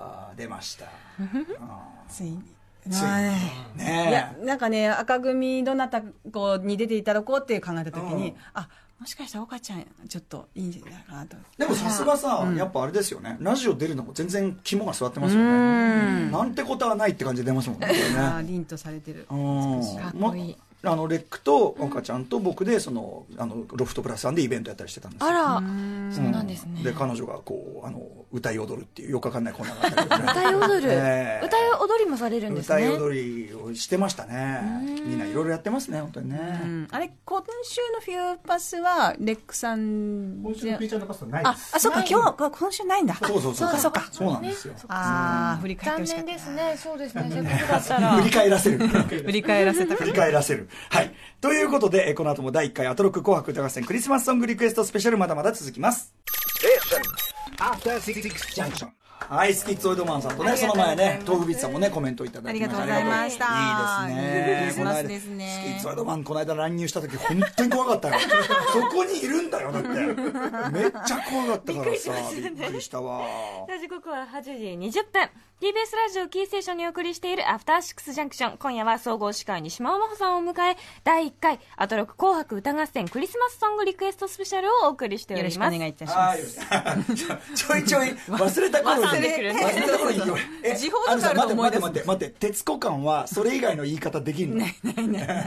出ました。 ついに。まあね、ねいやなんかね赤組どなたこうに出ていただこうって考えた時に、うん、あもしかしたら岡ちゃんちょっといいんじゃないかなと。 でもさすがさ、うん、やっぱあれですよねラジオ出るのも全然肝が据わってますよね。なんてことはないって感じで出ますもんね。 あ凛とされてる。 かっこいい。 あのレックと岡ちゃんと僕でそのあのロフトプラスさんでイベントやったりしてたんですよ。 あら、うん、そうなんですね。 で彼女がこうあの歌い踊るっていうよくわかんないこんなのがあったけど、ね、 歌い踊る、えー、歌い踊りもされるんですね。 歌い踊りをしてましたね。みんないろいろやってますね本当にね。 あれ今週のフューパスはレックさん今週のフィーチャーのパスはないです。 ああそうか今日今週ないんだ。 そうそうそうそうかそうなんですよ。 ああ振り返ってほしかった。 残念ですね。そうですね。せっかくだったら振り返らせる振り返らせた振り返らせるはいということでこの後もだいいっかいアトロック紅白歌合戦クリスマスソングリクエストスペシャルまだまだ続きます。はい、スキッツオイドマンさんとね、その前ね、豆腐ビーツさんもね、コメントいただきました。 ありがとうございました。 いいですね。 いいですね。 スキッツオイドマン、この間乱入した時、本当に怖かったよ。そこにいるんだよ、だって。めっちゃ怖かったからさ、びっくりしたわ。 時刻ははちじにじゅっぷん。ティービーエス ラジオキーステーションにお送りしているアフターシックスジャンクション。今夜は総合司会に島尾真帆さんを迎え、だいいっかいアトロック紅白歌合戦クリスマスソングリクエストスペシャルをお送りしております。 よろしくお願いいたします。 ちょいちょい忘れた頃にんでくるね。 時報とかあると思い出す。 待って待って待って、徹子感はそれ以外の言い方できるの？ ないないないない。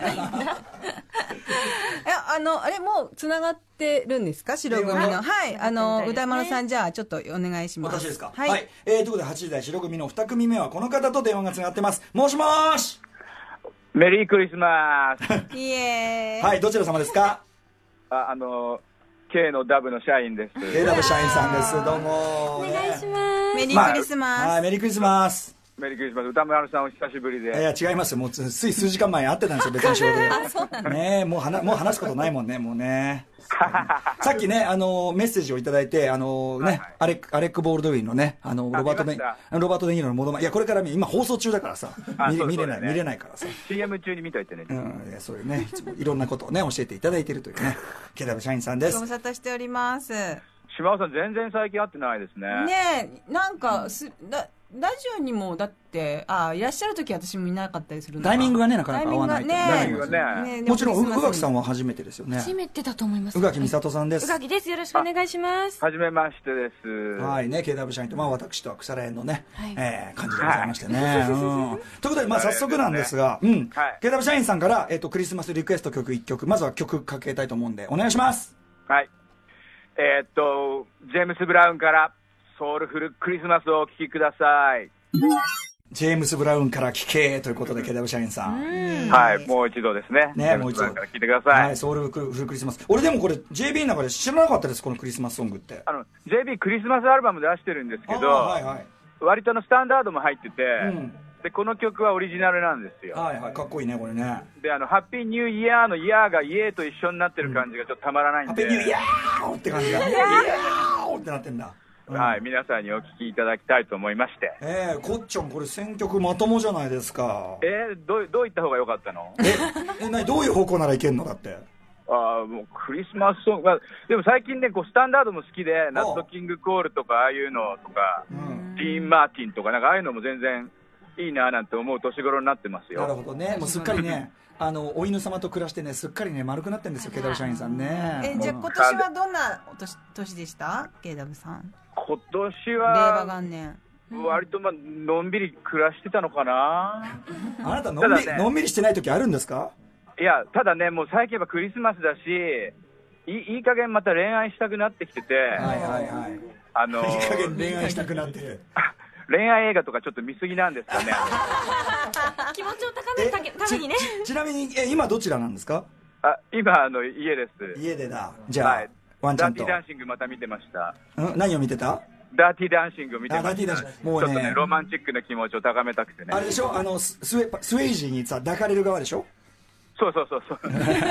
あの、あれもう繋がってるんですか、白組の。はい。あの、歌丸さん、じゃあ、ちょっとお願いします。 私ですか。 はい。 はい、えー、ということで、はちじ台白組のに組目は、この方と電話が繋がってます。もしもーし。 メリークリスマス。 イエーイ。 はい、どちら様ですか？ あ、あの、K のダブの社員です。 K ダブ社員さんです。どうも。 お願いします。 メリークリスマス。 はい、メリークリスマス。 メリークリスマス。歌丸さんお久しぶりで。 いや違いますよ。もうつい数時間前に会ってたんですよ、別の仕事で。 あ、そうなんだ。 ねえ、もう話もう話すことないもんね、もうね。さっきね、あのメッセージをいただいて、あのね、はいはい、アレアレック・ボールドウィンのね、あのロバートデロバートデニーロのモノマネ、いやこれから今放送中だからさ、見れ見れない、ね、見れないからさ。 シーエム 中に見といてね。 うん、いやそういうね、いつもいろんなことをね教えていただいているというね、ケダブ社員さんです。 ご無沙汰しております。 島尾さん全然最近会ってないですね。 ねえ、なんかすだ。ラジオにもだってあいらっしゃるとき私もいなかったりするのタイミングがねなかなか合わないと。 タイミングがね。もちろん宇垣さんは初めてですよね。 初めてだと思います。 宇垣美里さんです。 宇垣です。よろしくお願いします。 はじめましてです。 はいね、ケーダブル社員とまあ私とは腐れ縁のね、え感じでございましてね。ということでまあ早速なんですが、うん、ケーダブル社員さんからえっとクリスマスリクエスト曲いっきょく、まずは曲かけたいと思うんでお願いします。 はい。えっとジェームス・ブラウンからソウルフルクリスマスをお聴きください。 ジェームス・ブラウンから聴けということで、ケダブ社員さん。 はい、もう一度ですね。 ね、もう一度。 から聴いてください。 はい、ソウルフルクリスマス。俺でもこれ、ジェービー の中で知らなかったです、このクリスマスソングって。 あの、ジェービー クリスマスアルバム出してるんですけど、はいはい、割とのスタンダードも入ってて、うん、で、この曲はオリジナルなんですよ。 はいはい、かっこいいね、これね。 で、あの、ハッピーニューイヤーのイヤーがイエーと一緒になってる感じがちょっとたまらないんで。 ハッピーニューイヤーって感じが。イヤーってなってんだ。 うん、はい、皆さんにお聞きいただきたいと思いまして。 えー、こっちゃんこれ選曲まともじゃないですか。 えー、どうどういった方が良かったの？ ええ、なにどういう方向ならいけんのだって。 ああ、もうクリスマスソング、まあ、でも最近ねこうスタンダードも好きで、ナットキングコールとかああいうのとか、うん、ディーン・マーティンとかなんかああいうのも全然いいななんて思う年頃になってますよ。 なるほどね。もうすっかりね。あのお犬様と暮らしてね、すっかりね丸くなってるんですよ、ケイダブ社員さんね。 え、じゃあ今年はどんな年年でした、ケイダブさん？ 今年は令和元年。 割とまあのんびり暮らしてたのかな。 あなたのんびり、ね、のんびりしてない時あるんですか？ いや、ただね、もう最近はクリスマスだし、いいい加減また恋愛したくなってきてて、はいはいはい。あのー、 いい加減恋愛したくなってて。 恋愛映画とかちょっと見過ぎなんですかね。 気持ちを高めるためにね。 ち, ち, ちなみにえ今どちらなんですか？ あ、今あの家です。 家でだ。じゃあ、はい、ワンちゃんと。 ダーティーダンシングまた見てました。 ん？何を見てた？ ダーティーダンシングを見てました。 ダーティーダンシング。もうね、 ちょっとねロマンチックな気持ちを高めたくてね。 あれでしょ？あのスウェスウェイジーにさ抱かれる側でしょ？ そうそうそうそう。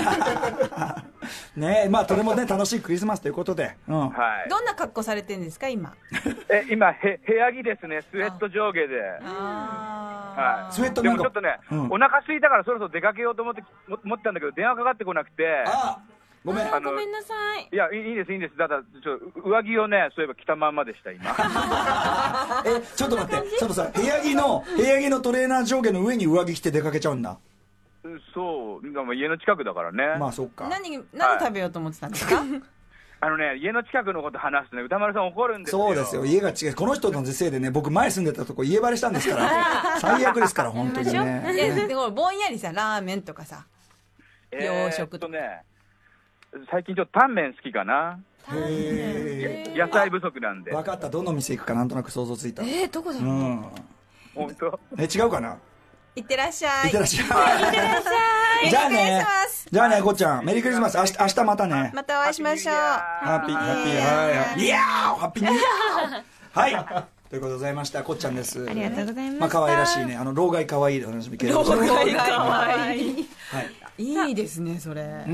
ねえ、まあそれもね楽しいクリスマスということで、うん、 はい。どんな格好されてるんですか今？ え、今へ部屋着ですね、スウェット上下で。 ああ。はい。スウェットなんかでもちょっとね、うん、お腹空いたからそろそろ出かけようと思って思ったんだけど電話かかってこなくて。 ああ。ごめん。 あのごめんなさい。 いやいいですいいんです。だからちょっと上着をねそういえば着たまんまでした今。 え、ちょっと待って、ちょっとさ部屋着の部屋着のトレーナー上下の上に上着着て出かけちゃうんだ。 そう、家の近くだからね。 まあそっか。 何何食べようと思ってたんですか？はい、 あのね、家の近くのこと話すとね、歌丸さん怒るんですよ。 そうですよ、家が違う。この人のせいでね、僕前住んでたとこ家バレしたんですから最悪ですから本当にね。 いやでもぼんやりさラーメンとかさ、洋食とか、 ね、最近ちょっとタンメン好きかな。へー、野菜不足なんで。 分かった、どの店行くかなんとなく想像ついた。 えー、どこだろう。うん、 本当？ え、違うかな。 いってらっしゃい。 いってらっしゃい。 いってらっしゃい。 じゃあね。じゃあね、こっちゃん。メリークリスマス。明日、明日またね。 またお会いしましょう。 ハッピー、ハッピー、はい。いやーハッピーニューイヤー。はい。ということでございました。こっちゃんです。 ありがとうございます。 まあ、可愛らしいね。あの、老害可愛いでお話も聞ける。 老害可愛い。 はい。 いいですね、それ。うん。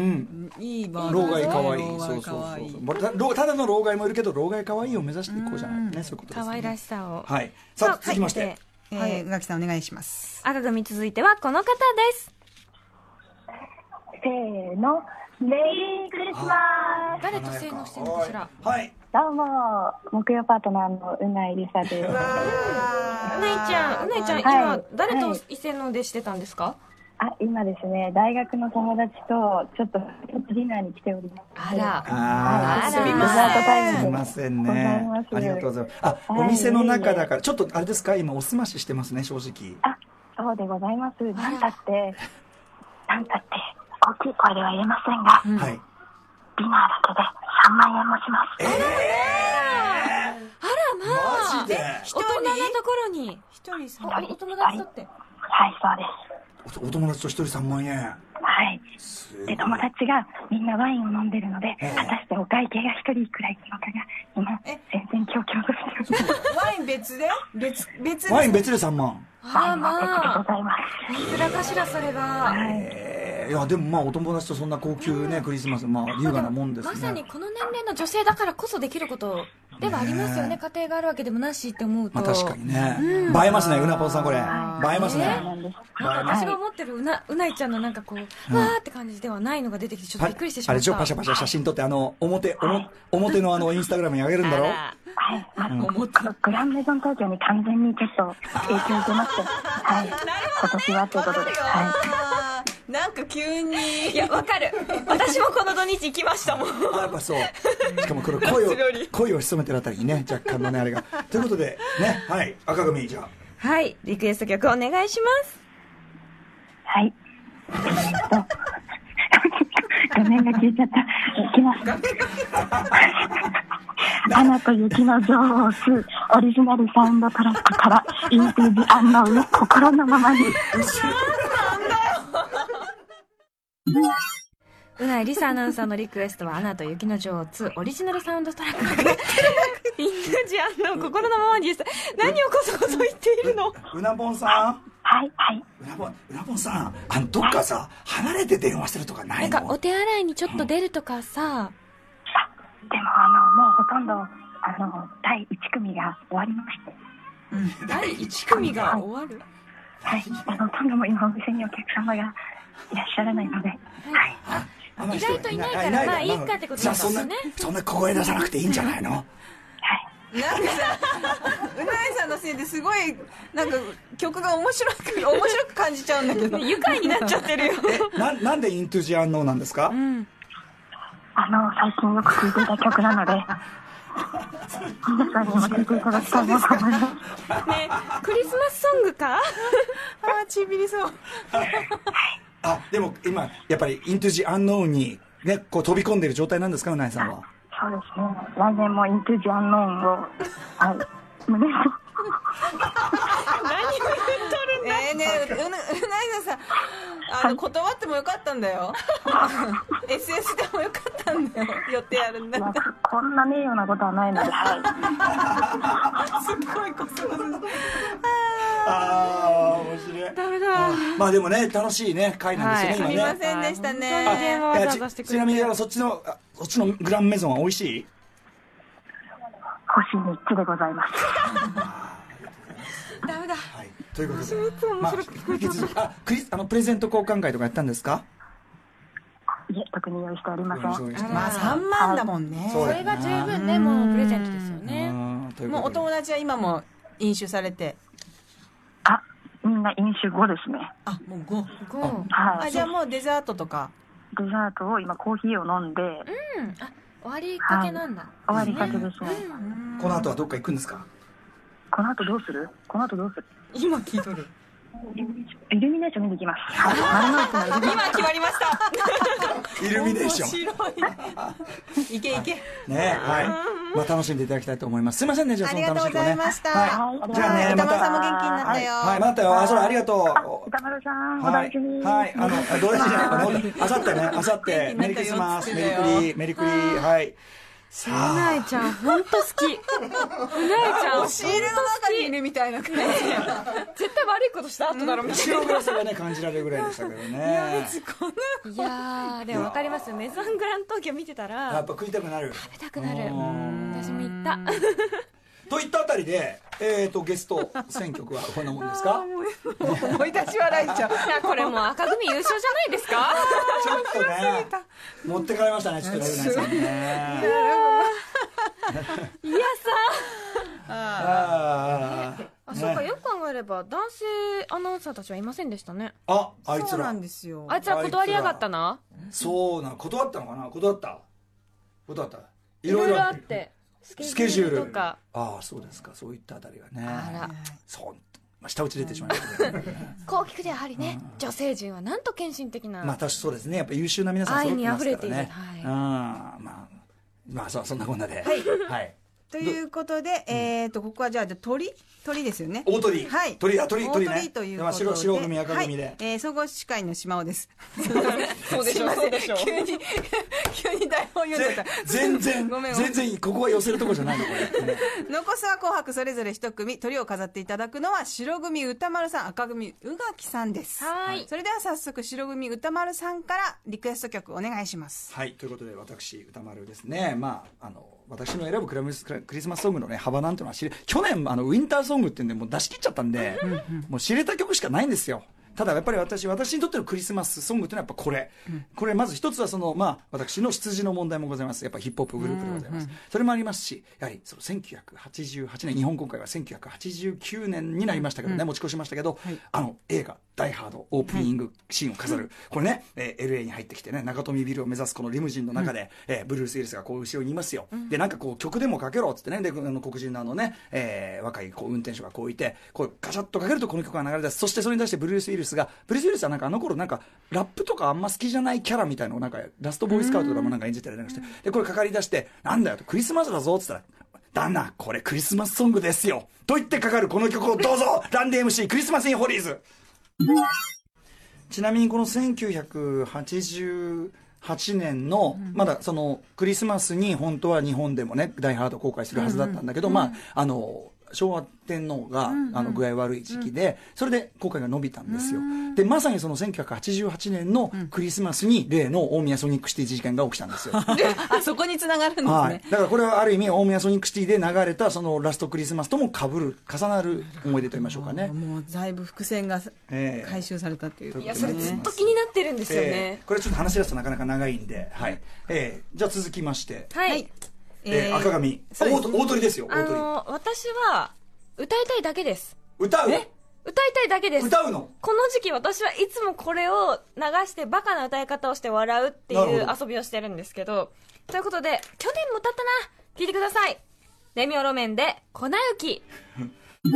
いいバージョン。 老害可愛い。そうそうそう。ただの老害もいるけど、老害可愛いを目指していこうじゃないね。そういうことですね。 可愛らしさを。 はい。さあ、続きまして。 はい、宇垣さんお願いします。 赤組続いてはこの方です。 せーの、メリークリスマス。 誰とせーのしてるのかしら。 はい。 どうも、木曜パートナーのうないりさです。うないちゃん、うないちゃん、今誰と伊勢のでしてたんですか？ あ、今ですね、大学の友達とちょっとディナーに来ております。 あら、 ああら、 デザートタイムすいませんね。ありがとうございます。あ、お店の中だからちょっとあれですか、今おすまししてますね、正直。 あ、そうでございます。なんたってなんたって大きい声では言えませんが、 はい。 ディナーだけでさんまんえんもします。 えあらまあ、 マジで大人なところに一人さおお友達とって、 はい、そうです。 お友達と一人さんまんえん。 はい。で、友達がみんなワインを飲んでるので、果たしてお会計が一人いくらいくのかが今全然強強としてる。 ワイン別で別別でワイン別でさんまん。 あらまあ、 ございます。 いくらかしらそれが。 えー、いやでもまあお友達とそんな高級ね、クリスマス、まあ優雅なもんですね。 まさにこの年齢の女性だからこそできることではありますよね。家庭があるわけでもなしって思うと。 まあ確かにね。映えますね、うなぽんさんこれ。映えますね。 なんか私が思ってるうな、うないちゃんのなんかこう、わーって感じではないのが出てきてちょっとびっくりしてしまった。 あれでしょ、パシャパシャ写真撮ってあの表表のあのインスタグラムに上げるんだろ。 はい、あの、グランメゾン東京に完全にちょっと影響を受けまして、はい、今年はということで、はい。 なんか急に。 いや、わかる。私もこの土日行きましたもん。 あ、やっぱそう。しかもこれ声を、声を潜めてるあたりにね、若干のね、あれが。ということで、ね、はい、赤組、じゃあ。 はい、リクエスト曲お願いします。 はい。画面が消えちゃった。いきます。アナと雪の女王ツーオリジナルサウンドトラックからイントゥージアンノウン心のままに。 うないりさアナウンサーのリクエストはアナと雪の女王ツーオリジナルサウンドトラックからイントゥージアンノウン心のままにです。何をこそこそ言っているの。 うなぽんさん。 はいはい。 うなぽん、うなぽんさん、あのどっかさ離れて電話してるとかないの？ なんかお手洗いにちょっと出るとかさ。 でもあのもうほとんどあのだいいち組が終わりまして。 うん、だいいち組が終わる。 はい。あのほとんども今お店にお客様がいらっしゃらないので。はい。 意外といないからまあいいかってことですよね。 そんな小声出さなくていいんじゃないの？はい。 なんかさ、うないさんのせいですごいなんか曲が面白く面白く感じちゃうんだけど愉快になっちゃってるよ。 え、ななんでイントゥジアンノーなんですか？うん、 あの最近よく聴いていた曲なので皆さんにも聴いていただきたいなと思います。 ね、クリスマスソングか？あーちびりそう。 あ、でも今やっぱりイントゥジアンノーにねこう飛び込んでる状態なんですか、うないさんは？ そうですね。来年もイントゥジアンノーンを、はい、胸と。 何を言っとるんだ。 えーねえ、うな、うないさん、あの、断ってもよかったんだよ。エスエス でもよかったんだよ。予定あるんだったら。 こんな名誉なことはないので、はい。すごいこそこそ。 ああ、面白い。 ダメだ。 まあでもね、楽しいね、回なんですよね、 今ね。すみませんでしたね。 ち, ちなみにそっちのそっちのグランメゾンは美味しい？ 星みっつでございます。 ダメだ。 はい。ということで、 星みっつ面白く聞こえちゃった。 あ、クリスあのプレゼント交換会とかやったんですか？ いえ、特に用意しておりません。 まあさんまんだもんね。 はい、それが十分ね、もうプレゼントですよね。 もうお友達は今も飲酒されて。 あ、みんな飲酒後ですね。 あ、もうご。 ご。 はい。 あ、じゃあもうデザートとか。 デザートを今コーヒーを飲んで。うん。 あ、終わりかけなんだ。 終わりかけですね。 この後はどっか行くんですか？ この後どうする？この後どうする？ 今聞いとる。 イルミネーション見に行きます。はい、 今決まりました。 イルミネーション。 面白い。いけいけ。 ね、はい。まあ楽しんでいただきたいと思います。すみませんね、じゃあその楽しい子ね。 ありがとうございました。 はい。じゃあね、 また。歌丸さんも元気になったよ。 はい、またよ。あ、それありがとう。歌丸さん、お大事に。 はい。あの、どうでしょう。あさってね、あさってメリークリスマス、メリークリー、メリークリー、はい。 さあ、うないちゃん本当好き。うないちゃんシールの中にいるみたいな感じ。 絶対悪いことした後だろみたいな。 後ろからさがね感じられるぐらいでしたけどね。いや別このいやーでもわかりますよ。メゾングラン東京見てたらやっぱ食いたくなる。 食べたくなる。私も行った。 といったあたりで、えーとゲスト選曲はこんなもんですか？ 思い出し笑いちゃう。 これもう赤組優勝じゃないですか？ ちょっとね持ってかれましたね、ちょっとね、うないさんね。 いやさああ、そうか、よく考えれれば男性アナウンサーたちはいませんでしたね。 あ、あいつら。 そうなんですよ。 あいつら断りやがったな。 そうな、断ったのかな、断った断ったいろいろあってスケジュールとか。 ああ、そうですか、そういったあたりがね。 あら、 そう、まあ、下打ち出てしまいましたね。 こう聞くとやはりね、うん、女性陣はなんと献身的な、 まあ確かそうですね、やっぱ優秀な皆さん揃ってますからね。愛に溢れている、 はい、 うん、まあまあそそんなこんなで、 はい、はい、ということで、えっとここはじゃあ鳥鳥ですよね。 大鳥。 はい。 鳥、あ、鳥、鳥ね。 大鳥ということで。 白、白組、赤組で。 はい、えー、総合司会の島尾です。 そうでしょう、そうでしょう。 急に、急に台本読んじゃった。 全然、ごめん全然、ここは寄せるとこじゃないの、これ。 残すは紅白それぞれ一組、鳥を飾っていただくのは、白組歌丸さん、赤組宇垣さんです。 はい。 それでは早速、白組歌丸さんからリクエスト曲お願いします。 はい、ということで、私、歌丸ですね。まあ、あの、私の選ぶクラムスクリスマスソングのね、幅なんていうのは知れ、去年、あの、ウィンターソングっていうんで、もう出し切っちゃったんで、もう知れた曲しかないんですよ。ただやっぱり私、私にとってのクリスマスソングというのはやっぱこれ。うん、これまず一つはその、まあ、私の出自の問題もございます。やっぱヒップホップグループでございます。うんうん、それもありますし、やはりそのせんきゅうひゃくはちじゅうはちねん、日本公開はせんきゅうひゃくはちじゅうきゅうねんになりましたけどね、うん、持ち越しましたけど、はい、あの映画、ダイハードオープニングシーンを飾る。はい、これね、えー、エルエー に入ってきてね、中富ビルを目指すこのリムジンの中で、うん、えー、ブルース・ウィリスがこう後ろにいますよ。うん、で、なんかこう曲でもかけろっつってね、で、あの黒人のあのね、えー、若いこう運転手がこういて、こうガチャッとかけるとこの曲が流れ出す。そしてそれに対してブルース・ウィリスが、ブルース・ウィリスはなんかあの頃なんかラップとかあんま好きじゃないキャラみたいなのをなんかラストボーイスカウトとかもなんか演じてたりなんかして、でこれかかり出して、なんだよと、クリスマスだぞっつったら、旦那これクリスマスソングですよと言ってかかるこの曲をどうぞランディ エムシー クリスマスインホリーズ。ちなみにこのせんきゅうひゃくはちじゅうはちねんの、うん、まだそのクリスマスに本当は日本でもねダイハード公開するはずだったんだけど、うんうん、まああの昭和天皇が、うんうん、あの具合悪い時期で、うん、それで公開が伸びたんですよ。でまさにそのせんきゅうひゃくはちじゅうはちねんのクリスマスに例の大宮ソニックシティ事件が起きたんですよ。 あそこに繋がるんですね、 はい、だからこれはある意味大宮ソニックシティで流れたそのラストクリスマスとも被る重なる思い出と言いましょうかね。 もうだいぶ伏線が回収されたっていう、 えー、いやそれずっと気になってるんですよね、 えー、これちょっと話し出すとなかなか長いんで、はいえー、じゃあ続きましてはい、 えー、赤髪大鳥ですよ。大鳥、 あのー、私は歌いたいだけです。 歌う？ え？歌いたいだけです。 歌うの？ この時期私はいつもこれを流してバカな歌い方をして笑うっていう遊びをしてるんですけど、ということで去年も歌ったな、聞いてください。レミオロメンで粉雪。 来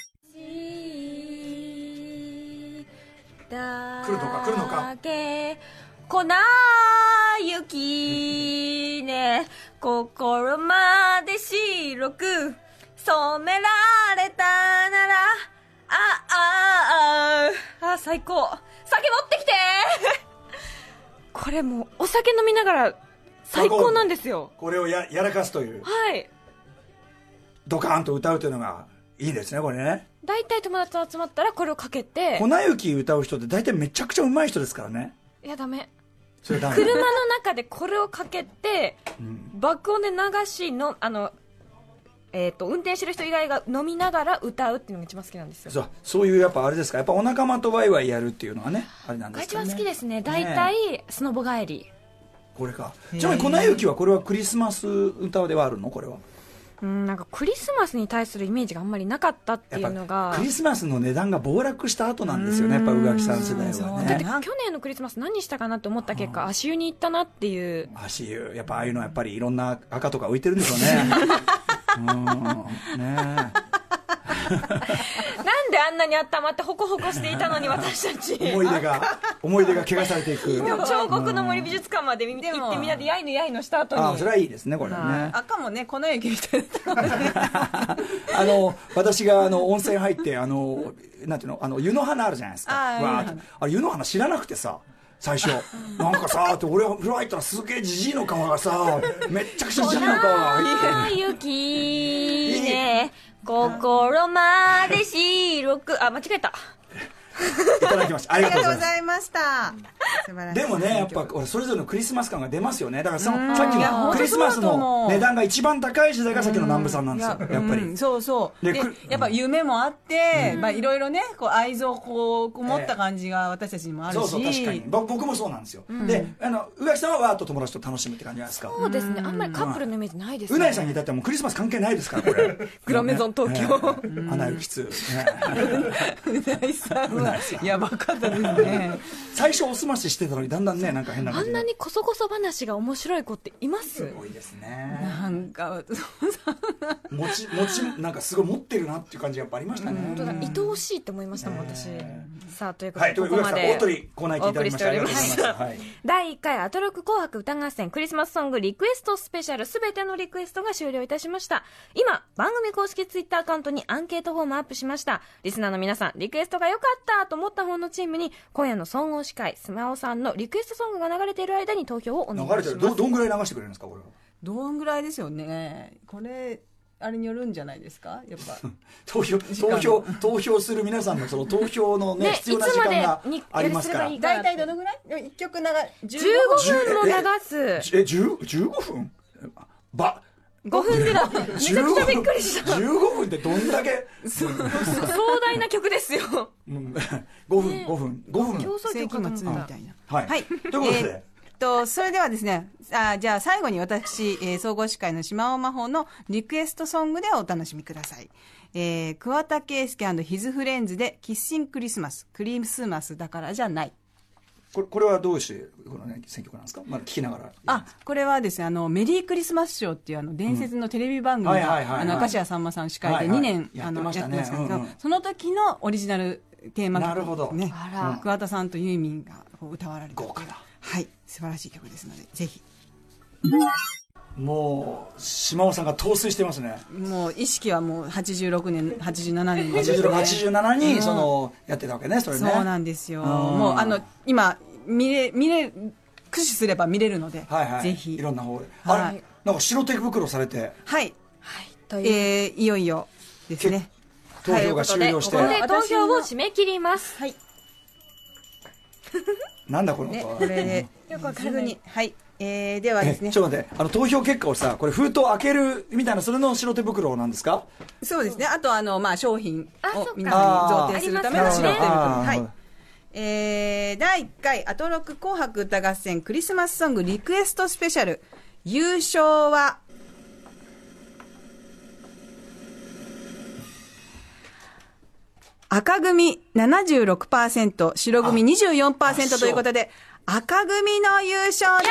るのか来るのか。 粉雪ね、心まで白く染められたなら、ああああ最高、酒持ってきてこれもうお酒飲みながら最高なんですよ。 これを や, やらかすという、 はい、 ドカーンと歌うというのがいいですね。これね、 大体友達と集まったらこれをかけて、 粉雪歌う人って大体めちゃくちゃ上手い人ですからね。 いやダメ、 それダメ車の中でこれをかけて、うん、爆音で流しのあのえー、と運転してる人以外が飲みながら歌うっていうのが一番好きなんですよ。 そう、そういうやっぱあれですか、やっぱお仲間とワイワイやるっていうのはね、あれなんですかね。 一番好きですね。大体、ね、スノボ帰り。 これか。ちなみに粉雪はこれはクリスマス歌ではあるの？これは。 うん、なんかクリスマスに対するイメージがあんまりなかったっていうのが、 クリスマスの値段が暴落した後なんですよね、やっぱ宇垣さん世代はね。 だって去年のクリスマス何したかなって思った結果、足湯に行ったなっていう。 足湯、やっぱああいうのはやっぱりいろんな赤とか浮いてるんでしょうね。うんねなんであんなに温まってホコホコしていたのに私たち思い出が思い出が汚されていく。 彫刻の森美術館まで行ってみんなでやいのやいのした後に、 あそれはいいですねこれね。 赤もね粉雪みたいなあの私があの温泉入ってあのなんていうのあの湯の花あるじゃないですか。ああ湯の花知らなくてさ最初なんかさって俺風呂入ったらすげえジジイの顔がさめっちゃくちゃジジイの顔が入ってる。 粉雪ね心まで白く、あ間違えた。 いただきました。ありがとうございました。 でもね、やっぱ俺それぞれのクリスマス感が出ますよね。だからそのさっきのクリスマスの値段が一番高い時代がさっきの南部さんなんですよ、やっぱり。 そうそうで、やっぱ夢もあっていろいろね、こう愛情をこう持った感じが私たちにもあるし、 そうそう、確かに僕もそうなんですよ。で、あの宇垣さんはわーっと友達と楽しむって感じじゃないですか。 そうですね、あんまりカップルのイメージないですね。 うないさんに至ってはもうクリスマス関係ないですから、これ。 グラメゾン東京。 アナルキツ。 うないさんはやばかったですね。 最初おすまししてたのにだんだんね、なんか変な感じ。 あんなにこそこそ話が面白い子っています？ すごいですね。 なんか持ち持ちなんかすごい持ってるなっていう感じがやっぱありましたね。 本当だ、愛おしいって思いましたもん私。さあということで、 はい、ここまで大鳥コーナー行っていただきましてありがとうございました。 だいいっかいアトロク紅白歌合戦クリスマスソングリクエストスペシャル、すべてのリクエストが終了いたしました。今番組公式ツイッターアカウントにアンケートフォームアップしました。リスナーの皆さん、リクエストが良かったと思った方のチームに今夜の総合司会スマオさんのリクエストソングが流れている間に投票をお願いします。 流れてる ど, どんぐらい流してくれるんですか？これはどんぐらいですよね。これあれによるんじゃないですか、やっぱ投票投票投票する皆さんのその投票のね、ね、必要な時間がありますから。 大体どのぐらい？いっきょく長じゅうごふんも流す。 え、じゅう、じゅうごふん？ばごふんぐらい。めちゃくちゃびっくりした。 じゅうごふんってどんだけ壮大な曲ですよ。 ごふん、ごふん、ごふん。 競争曲かと思ったみたいな。 はい。はい。ということで。 とそれではですね、あじゃあ最後に私、えー、総合司会の島尾真帆のリクエストソングでお楽しみください。えー、桑田佳祐&ヒズフレンズでキッシンクリスマス、クリスマスだからじゃない。 これ、これはどうしてこの、ね、選曲なんですか？まだ聞きながら。 あ、これはですね、あのメリークリスマスショーっていうあの伝説のテレビ番組が明石家さんまさん司会でにねん、はいはい、あのやってましたけど、うんうん、その時のオリジナルテーマ曲ですね。桑田さんとユーミンが歌われる。 豪華だ。 はい、素晴らしい曲ですのでぜひ。 もう島尾さんが陶酔してますね。 もう意識はもうはちじゅうろくねんはちじゅうななねんはちじゅうろく、はちじゅうななにそのやってたわけね、それね。 そうなんですよ。もうあの今見れ見れ駆使すれば見れるので、はいはい、ぜひいろんな方で、はい、あれなんか白手袋されて、 はいはいという、えー、いよいよですね。 投票が終了して、 ここで投票を締め切ります。 はい。 なんだこの子、 ね、これでよくすぐに、はい、えー、ではですね、 ちょっと待って、あの投票結果をさ、これ封筒開けるみたいな、それの白手袋なんですか？ そうですね。あとあのまあ商品を皆さんに贈呈するための白手袋、はい。えー、だいいっかいアトロク紅白歌合戦クリスマスソングリクエストスペシャル、優勝は赤組 ななじゅうろくパーセント、 白組 にじゅうよんパーセント ということで赤組の優勝です。 あ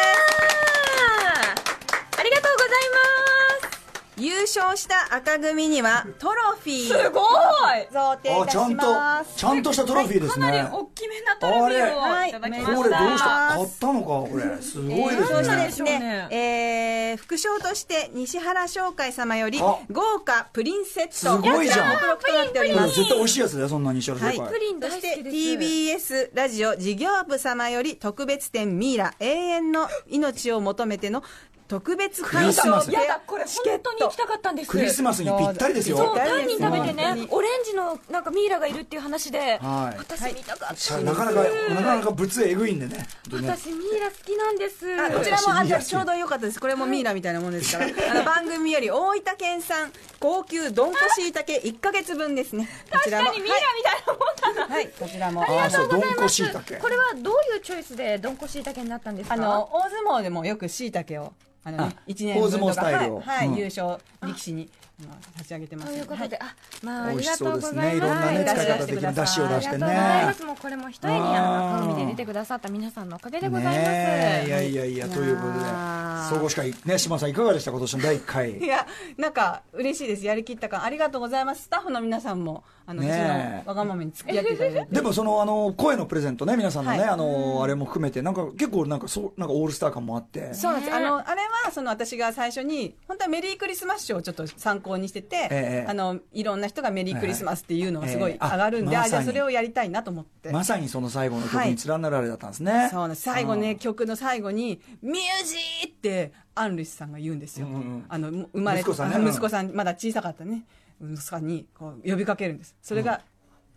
りがとうございます。 優勝した赤組にはトロフィーすごい贈呈いたします。 ちゃんとしたトロフィーですね、 はい、かなり大きめなトロフィーをいただきました。 これどうした買ったのか、これすごいですね。 そうですね、えー、副賞として西原商会様より豪華プリンセット、 すごいじゃん、 目録となっております。 絶対美味しいやつだよ、そんな西原商会、 はい、プリン大好きです。 そして ティービーエス ラジオ事業部様より特別展ミイラ永遠の命を求めての特別クリスマス。 やだ、これ本当に行きたかったんです。 クリスマスにぴったりですよ。 そう、パンに食べてね、オレンジのなんかミイラがいるっていう話で、はい、私見たかった。 なかなかなかなか物えぐいんでね。 私ミイラ好きなんです。 あ、こちらもあじゃちょうど良かったです。これもミイラみたいなものですから。あの番組より大分県産高級どんこしいたけいっかげつぶんですね。 確かにミイラみたいなもんだな。 はい、こちらも。 ありがとうございます。これはどういうチョイスでどんこしいたけになったんですか？ あの大相撲でもよくしいたけを。あのね、いちねんぶんとか、 大相撲スタイルを、 はい、はい、優勝力士に差し上げてます。 ということで、 はい、 あ、まあ、ありがとうございます。 いろんなね、使い方的に出汁を出してね。ありがとうございます。 もうこれも一重にあの、海で出てくださった皆さんのおかげでございます。ね、 いやいやいや、ということで、総合司会、ね、島さんいかがでした、今年のだいいっかい。 いや、なんか、嬉しいです。やりきった感。ありがとうございます。スタッフの皆さんも、あの、ね、わがままに付き合っていただいて。 でも、その、あの、声のプレゼントね、皆さんのね、はい、あの、あれも含めて、なんか、結構、なんか、そう、なんか、オールスター感もあって。 そうです。あの、あれは、その、私が最初に、本当はメリークリスマスショーをちょっと参考にしてて、えー、あの、いろんな人がメリークリスマスっていうのがすごい上がるんで、えー、あ、じゃあそれをやりたいなと思って。 まさにその最後の曲に連なられだったんですね。はい、 そうなんです。最後ね、曲の最後に、ミュージーって、アン・ルイスさんが言うんですよ。うんうん、あの、生まれ息子さんね。 息子さん、まだ小さかったね。息子さんにこう呼びかけるんです。それが、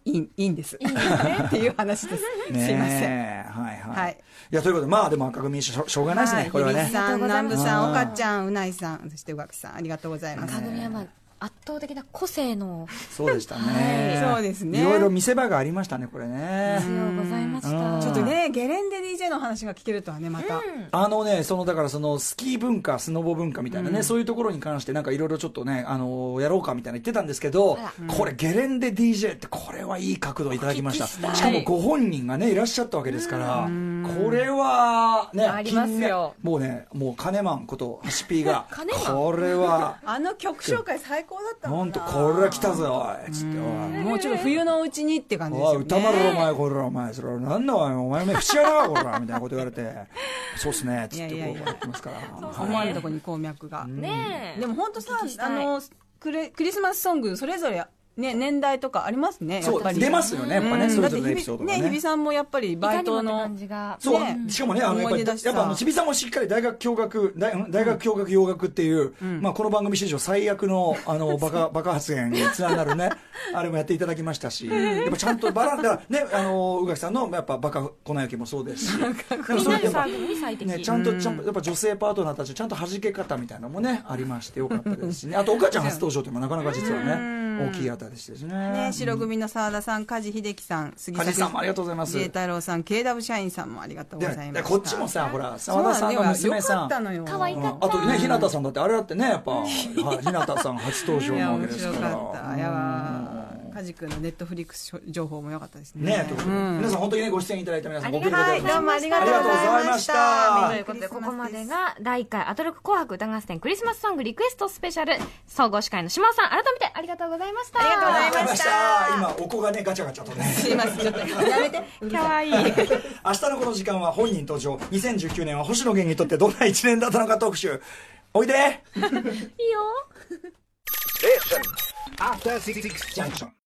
いいいいんです。いいねっていう話です。すいません。 はいはい。はい。いや、ということで、まあでも赤組しょしょうがないですね、これはね。 日比さん、南部さん、岡ちゃん、うないさん、そして宇垣さん、ありがとうございます。 赤組はまあ圧倒的な個性のそうでしたね、 はい、そうですね、 いろいろ見せ場がありましたねこれね。 ありがとうございました。 ちょっとねゲレンデ ディージェー の話が聞けるとはねまた、うん、 あのねそのだからそのスキー文化スノボ文化みたいなね、うん、そういうところに関してなんかいろいろちょっとねあのやろうかみたいな言ってたんですけど、うん、これゲレンデ ディージェー ってこれはいい角度いただきました。しかもご本人がねいらっしゃったわけですから、うん、これはねありますよ。 もうねもうカネマンことハシピーがこれはあの曲紹介最高だったもんな。 これは来たぞおいつってもうちょっと冬のうちにって感じですよね。 歌丸お前これお前それは何だお前お前目節やなこれみたいなこと言われてそうっすねつってこうやってますから思わぬとこに鉱脈がね。でも本当さあのクリスマスソングそれぞれね、年代とかありますね。 そう出ますよねやっぱね、うん、それぞれのエピソードがね。 ね日比さんもやっぱりバイトの感じがそう、ね、しかもねあのやっぱりやっぱあの日比さんもしっかり大学教学大, 大学教学洋楽っていう、うん、まあこの番組史上最悪のあのバカバカ発言につながるねあれもやっていただきましたし、やっぱちゃんとバランスだからねあの宇垣さんのやっぱバカ粉雪もそうですし、 みんなでサークルに最適ねちゃんとちゃんとやっぱ女性パートナーたちちゃんと弾け方みたいなのもねありましてよかったですしね。あと岡ちゃん初登場というのもなかなか実はね大きいあたりでしたしね。 白組の澤田さん、梶秀樹さん、杉崎さんもありがとうございます。 自衛太郎さん、ケーダブル 社員さんもありがとうございます。 こっちもさ、ほら、澤田さんの娘さん、 可愛かった。 あとね、日向さんだってあれだってね、やっぱ、日向さん初登場なわけですから。 いや、面白かった。いや梶君のネットフリックス情報も良かったですね。 ね、うん、皆さん本当にねご出演いただいた皆さんご協力ありがとうございました。ありがとうございました。 ということでここまでがだいいっかいアトロック紅白歌合戦クリスマスソングリクエストスペシャル総合司会の島尾さん改めてありがとうございました。 ありがとうございました。 今おこがねガチャガチャとね。 すいませんちょっとやめて。 可愛い。 明日のこの時間は本人登場。にせんじゅうきゅうねんは星野源にとってどんな一年だったのか特集。おいで。 いいよ。 After Six Junction